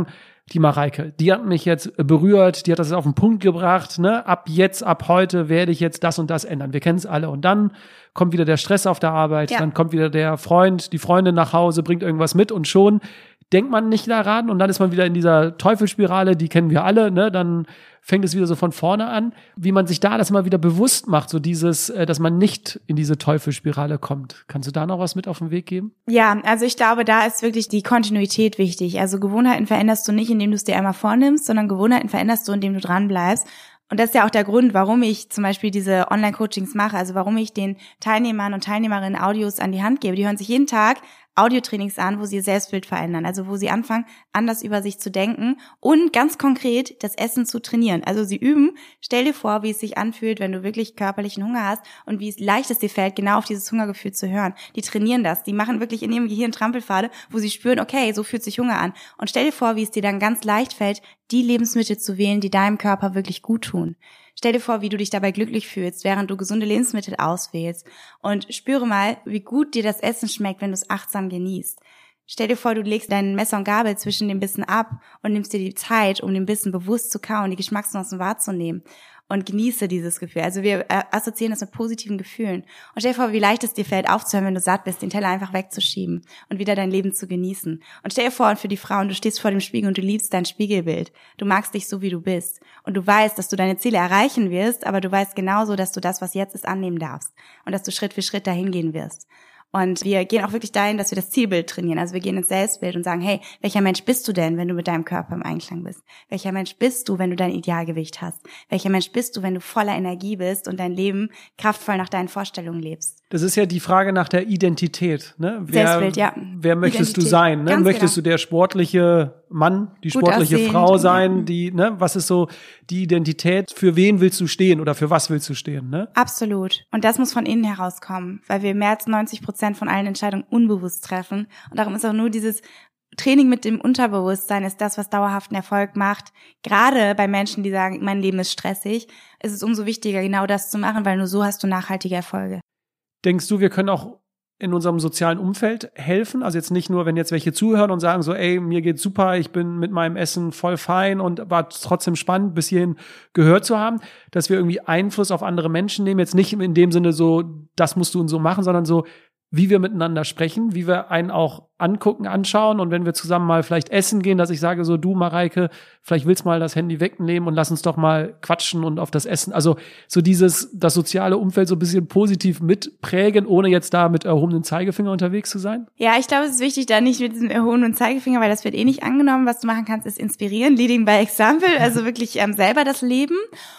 die Mareike, die hat mich jetzt berührt, die hat das auf den Punkt gebracht, ne? Ab heute werde ich jetzt das und das ändern. Wir kennen es alle. Und dann kommt wieder der Stress auf der Arbeit, dann kommt wieder der Freund, die Freundin nach Hause, bringt irgendwas mit und schon denkt man nicht daran und dann ist man wieder in dieser Teufelsspirale, die kennen wir alle, ne? Dann fängt es wieder so von vorne an, wie man sich da das mal wieder bewusst macht, so dieses, dass man nicht in diese Teufelsspirale kommt. Kannst du da noch was mit auf den Weg geben? Ja, also ich glaube, da ist wirklich die Kontinuität wichtig. Also Gewohnheiten veränderst du nicht, indem du es dir einmal vornimmst, sondern Gewohnheiten veränderst du, indem du dran bleibst. Und das ist ja auch der Grund, warum ich zum Beispiel diese Online-Coachings mache, also warum ich den Teilnehmern und Teilnehmerinnen Audios an die Hand gebe. Die hören sich jeden Tag Audiotrainings an, wo sie ihr Selbstbild verändern, also wo sie anfangen, anders über sich zu denken und ganz konkret das Essen zu trainieren. Also sie üben, stell dir vor, wie es sich anfühlt, wenn du wirklich körperlichen Hunger hast und wie leicht es dir fällt, genau auf dieses Hungergefühl zu hören. Die trainieren das, die machen wirklich in ihrem Gehirn Trampelpfade, wo sie spüren, okay, so fühlt sich Hunger an. Und stell dir vor, wie es dir dann ganz leicht fällt, die Lebensmittel zu wählen, die deinem Körper wirklich gut tun. Stell dir vor, wie du dich dabei glücklich fühlst, während du gesunde Lebensmittel auswählst. Und spüre mal, wie gut dir das Essen schmeckt, wenn du es achtsam genießt. Stell dir vor, du legst dein Messer und Gabel zwischen den Bissen ab und nimmst dir die Zeit, um den Bissen bewusst zu kauen, die Geschmacksnuancen wahrzunehmen. Und genieße dieses Gefühl. Also wir assoziieren das mit positiven Gefühlen. Und stell dir vor, wie leicht es dir fällt, aufzuhören, wenn du satt bist, den Teller einfach wegzuschieben und wieder dein Leben zu genießen. Und stell dir vor, und für die Frauen, du stehst vor dem Spiegel und du liebst dein Spiegelbild. Du magst dich so, wie du bist. Und du weißt, dass du deine Ziele erreichen wirst, aber du weißt genauso, dass du das, was jetzt ist, annehmen darfst. Und dass du Schritt für Schritt dahin gehen wirst. Und wir gehen auch wirklich dahin, dass wir das Zielbild trainieren. Also wir gehen ins Selbstbild und sagen, hey, welcher Mensch bist du denn, wenn du mit deinem Körper im Einklang bist? Welcher Mensch bist du, wenn du dein Idealgewicht hast? Welcher Mensch bist du, wenn du voller Energie bist und dein Leben kraftvoll nach deinen Vorstellungen lebst? Das ist ja die Frage nach der Identität, ne? Selbstbild, ja. Wer möchtest du sein, ne? Möchtest du der sportliche Mann, die sportliche Frau sein, die, ne? Was ist so die Identität? Für wen willst du stehen oder für was willst du stehen, ne? Absolut. Und das muss von innen herauskommen, weil wir mehr als 90% von allen Entscheidungen unbewusst treffen. Und darum ist auch nur dieses Training mit dem Unterbewusstsein ist das, was dauerhaften Erfolg macht. Gerade bei Menschen, die sagen, mein Leben ist stressig, ist es umso wichtiger, genau das zu machen, weil nur so hast du nachhaltige Erfolge. Denkst du, wir können auch in unserem sozialen Umfeld helfen? Also jetzt nicht nur, wenn jetzt welche zuhören und sagen so, ey, mir geht's super, ich bin mit meinem Essen voll fein und war trotzdem spannend, bis hierhin gehört zu haben, dass wir irgendwie Einfluss auf andere Menschen nehmen. Jetzt nicht in dem Sinne so, das musst du und so machen, sondern so, wie wir miteinander sprechen, wie wir einen auch angucken, anschauen und wenn wir zusammen mal vielleicht essen gehen, dass ich sage so, du Mareike, vielleicht willst mal das Handy wegnehmen und lass uns doch mal quatschen und auf das Essen. Also so das soziale Umfeld so ein bisschen positiv mitprägen, ohne jetzt da mit erhobenem Zeigefinger unterwegs zu sein? Ja, ich glaube, es ist wichtig, da nicht mit diesem erhobenen Zeigefinger, weil das wird eh nicht angenommen. Was du machen kannst, ist inspirieren, leading by example, also wirklich selber das Leben.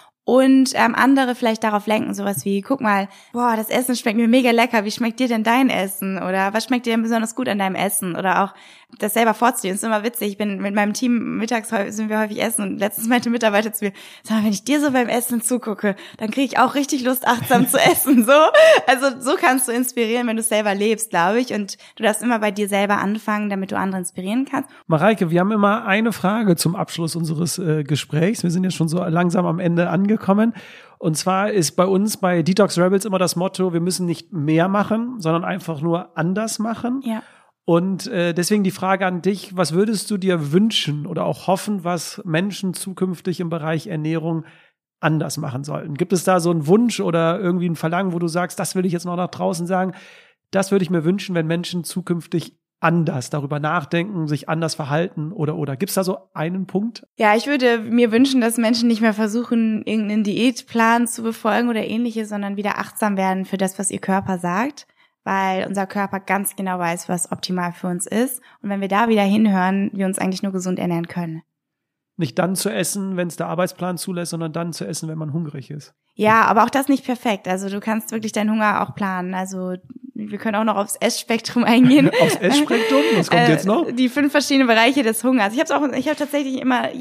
Und andere vielleicht darauf lenken, sowas wie, guck mal, boah, das Essen schmeckt mir mega lecker, wie schmeckt dir denn dein Essen? Oder was schmeckt dir denn besonders gut an deinem Essen? Oder auch das selber vorzunehmen, ist immer witzig. Ich bin mit meinem Team, mittags sind wir häufig essen und letztens meinte ein Mitarbeiter zu mir, sag mal, wenn ich dir so beim Essen zugucke, dann kriege ich auch richtig Lust, achtsam zu essen. So, also so kannst du inspirieren, wenn du es selber lebst, glaube ich. Und du darfst immer bei dir selber anfangen, damit du andere inspirieren kannst. Mareike, wir haben immer eine Frage zum Abschluss unseres Gesprächs. Wir sind jetzt schon so langsam am Ende angekommen. Und zwar ist bei uns bei Detox Rebels immer das Motto, wir müssen nicht mehr machen, sondern einfach nur anders machen. Ja. Und deswegen die Frage an dich, was würdest du dir wünschen oder auch hoffen, was Menschen zukünftig im Bereich Ernährung anders machen sollten? Gibt es da so einen Wunsch oder irgendwie ein Verlangen, wo du sagst, das will ich jetzt noch nach draußen sagen, das würde ich mir wünschen, wenn Menschen zukünftig anders darüber nachdenken, sich anders verhalten oder gibt es da so einen Punkt? Ja, ich würde mir wünschen, dass Menschen nicht mehr versuchen, irgendeinen Diätplan zu befolgen oder ähnliches, sondern wieder achtsam werden für das, was ihr Körper sagt, weil unser Körper ganz genau weiß, was optimal für uns ist. Und wenn wir da wieder hinhören, wir uns eigentlich nur gesund ernähren können. Nicht dann zu essen, wenn es der Arbeitsplan zulässt, sondern dann zu essen, wenn man hungrig ist. Ja, aber auch das nicht perfekt. Also du kannst wirklich deinen Hunger auch planen. Also wir können auch noch aufs Essspektrum eingehen. Aufs Essspektrum? Was kommt jetzt noch? Die 5 verschiedenen Bereiche des Hungers. Ich habe tatsächlich immer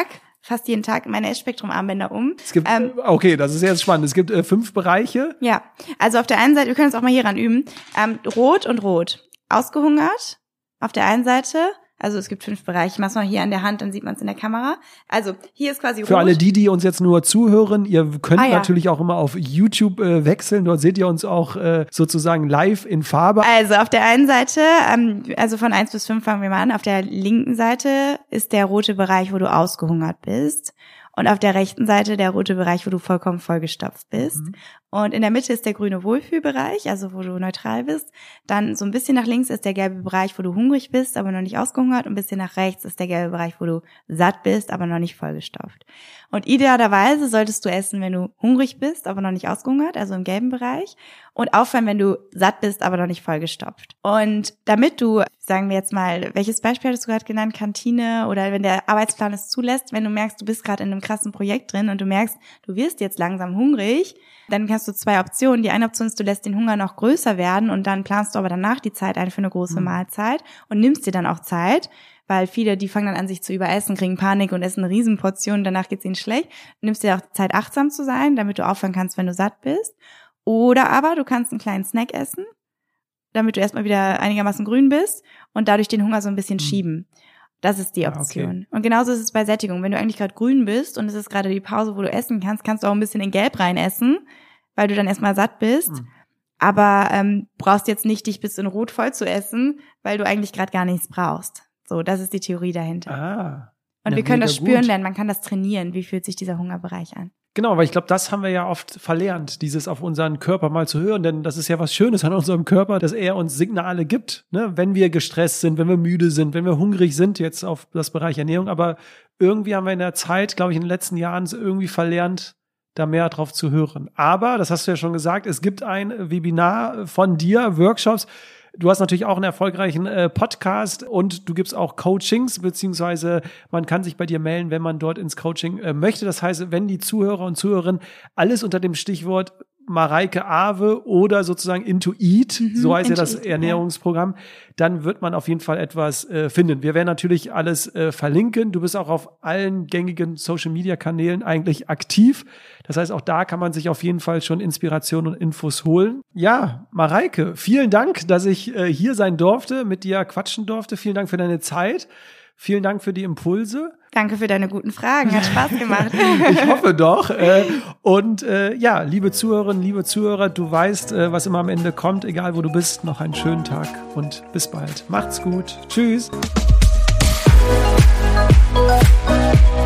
fast jeden Tag meine Essspektrum-Armbänder um. Es gibt, okay, das ist jetzt spannend. Es gibt 5 Bereiche. Ja, also auf der einen Seite, wir können es auch mal hieran üben, Rot und Rot. Ausgehungert auf der einen Seite, Also es gibt 5 Bereiche. Ich mach's mal hier an der Hand, dann sieht man es in der Kamera. Also hier ist quasi rot. Für alle die uns jetzt nur zuhören, ihr könnt natürlich auch immer auf YouTube wechseln. Dort seht ihr uns auch sozusagen live in Farbe. Also auf der einen Seite, also von 1 bis 5 fangen wir mal an. Auf der linken Seite ist der rote Bereich, wo du ausgehungert bist. Und auf der rechten Seite der rote Bereich, wo du vollkommen vollgestopft bist. Und in der Mitte ist der grüne Wohlfühlbereich, also wo du neutral bist. Dann so ein bisschen nach links ist der gelbe Bereich, wo du hungrig bist, aber noch nicht ausgehungert. Und ein bisschen nach rechts ist der gelbe Bereich, wo du satt bist, aber noch nicht vollgestopft. Und idealerweise solltest du essen, wenn du hungrig bist, aber noch nicht ausgehungert, also im gelben Bereich. Und aufhören, wenn du satt bist, aber noch nicht vollgestopft. Und damit du, sagen wir jetzt mal, welches Beispiel hattest du gerade genannt, Kantine oder wenn der Arbeitsplan es zulässt, wenn du merkst, du bist gerade in einem krassen Projekt drin und du merkst, du wirst jetzt langsam hungrig, dann hast du 2 Optionen. Die eine Option ist, du lässt den Hunger noch größer werden und dann planst du aber danach die Zeit ein für eine große Mahlzeit und nimmst dir dann auch Zeit, weil viele, die fangen dann an, sich zu überessen, kriegen Panik und essen eine Riesenportion, danach geht's ihnen schlecht. Du nimmst dir auch Zeit, achtsam zu sein, damit du aufhören kannst, wenn du satt bist. Oder aber du kannst einen kleinen Snack essen, damit du erstmal wieder einigermaßen grün bist und dadurch den Hunger so ein bisschen schieben. Das ist die Option. Okay. Und genauso ist es bei Sättigung. Wenn du eigentlich gerade grün bist und es ist gerade die Pause, wo du essen kannst, kannst du auch ein bisschen in Gelb rein essen, weil du dann erstmal satt bist. Aber brauchst jetzt nicht, dich bis in Rot voll zu essen, weil du eigentlich gerade gar nichts brauchst. So, das ist die Theorie dahinter. Und wir können das spüren lernen, man kann das trainieren. Wie fühlt sich dieser Hungerbereich an? Genau, weil ich glaube, das haben wir ja oft verlernt, dieses auf unseren Körper mal zu hören, denn das ist ja was Schönes an unserem Körper, dass er uns Signale gibt, ne? Wenn wir gestresst sind, wenn wir müde sind, wenn wir hungrig sind, jetzt auf das Bereich Ernährung, aber irgendwie haben wir in der Zeit, glaube ich, in den letzten Jahren irgendwie verlernt, da mehr drauf zu hören. Aber, das hast du ja schon gesagt, es gibt ein Webinar von dir, Workshops. Du hast natürlich auch einen erfolgreichen Podcast und du gibst auch Coachings, beziehungsweise man kann sich bei dir melden, wenn man dort ins Coaching möchte. Das heißt, wenn die Zuhörer und Zuhörerinnen alles unter dem Stichwort Mareike Awe oder sozusagen Into Eat, so heißt ja das Ernährungsprogramm, dann wird man auf jeden Fall etwas finden. Wir werden natürlich alles verlinken. Du bist auch auf allen gängigen Social-Media-Kanälen eigentlich aktiv. Das heißt, auch da kann man sich auf jeden Fall schon Inspiration und Infos holen. Ja, Mareike, vielen Dank, dass ich hier sein durfte, mit dir quatschen durfte. Vielen Dank für deine Zeit. Vielen Dank für die Impulse. Danke für deine guten Fragen, hat Spaß gemacht. Ich hoffe doch. Und ja, liebe Zuhörerinnen, liebe Zuhörer, du weißt, was immer am Ende kommt, egal wo du bist. Noch einen schönen Tag und bis bald. Macht's gut. Tschüss.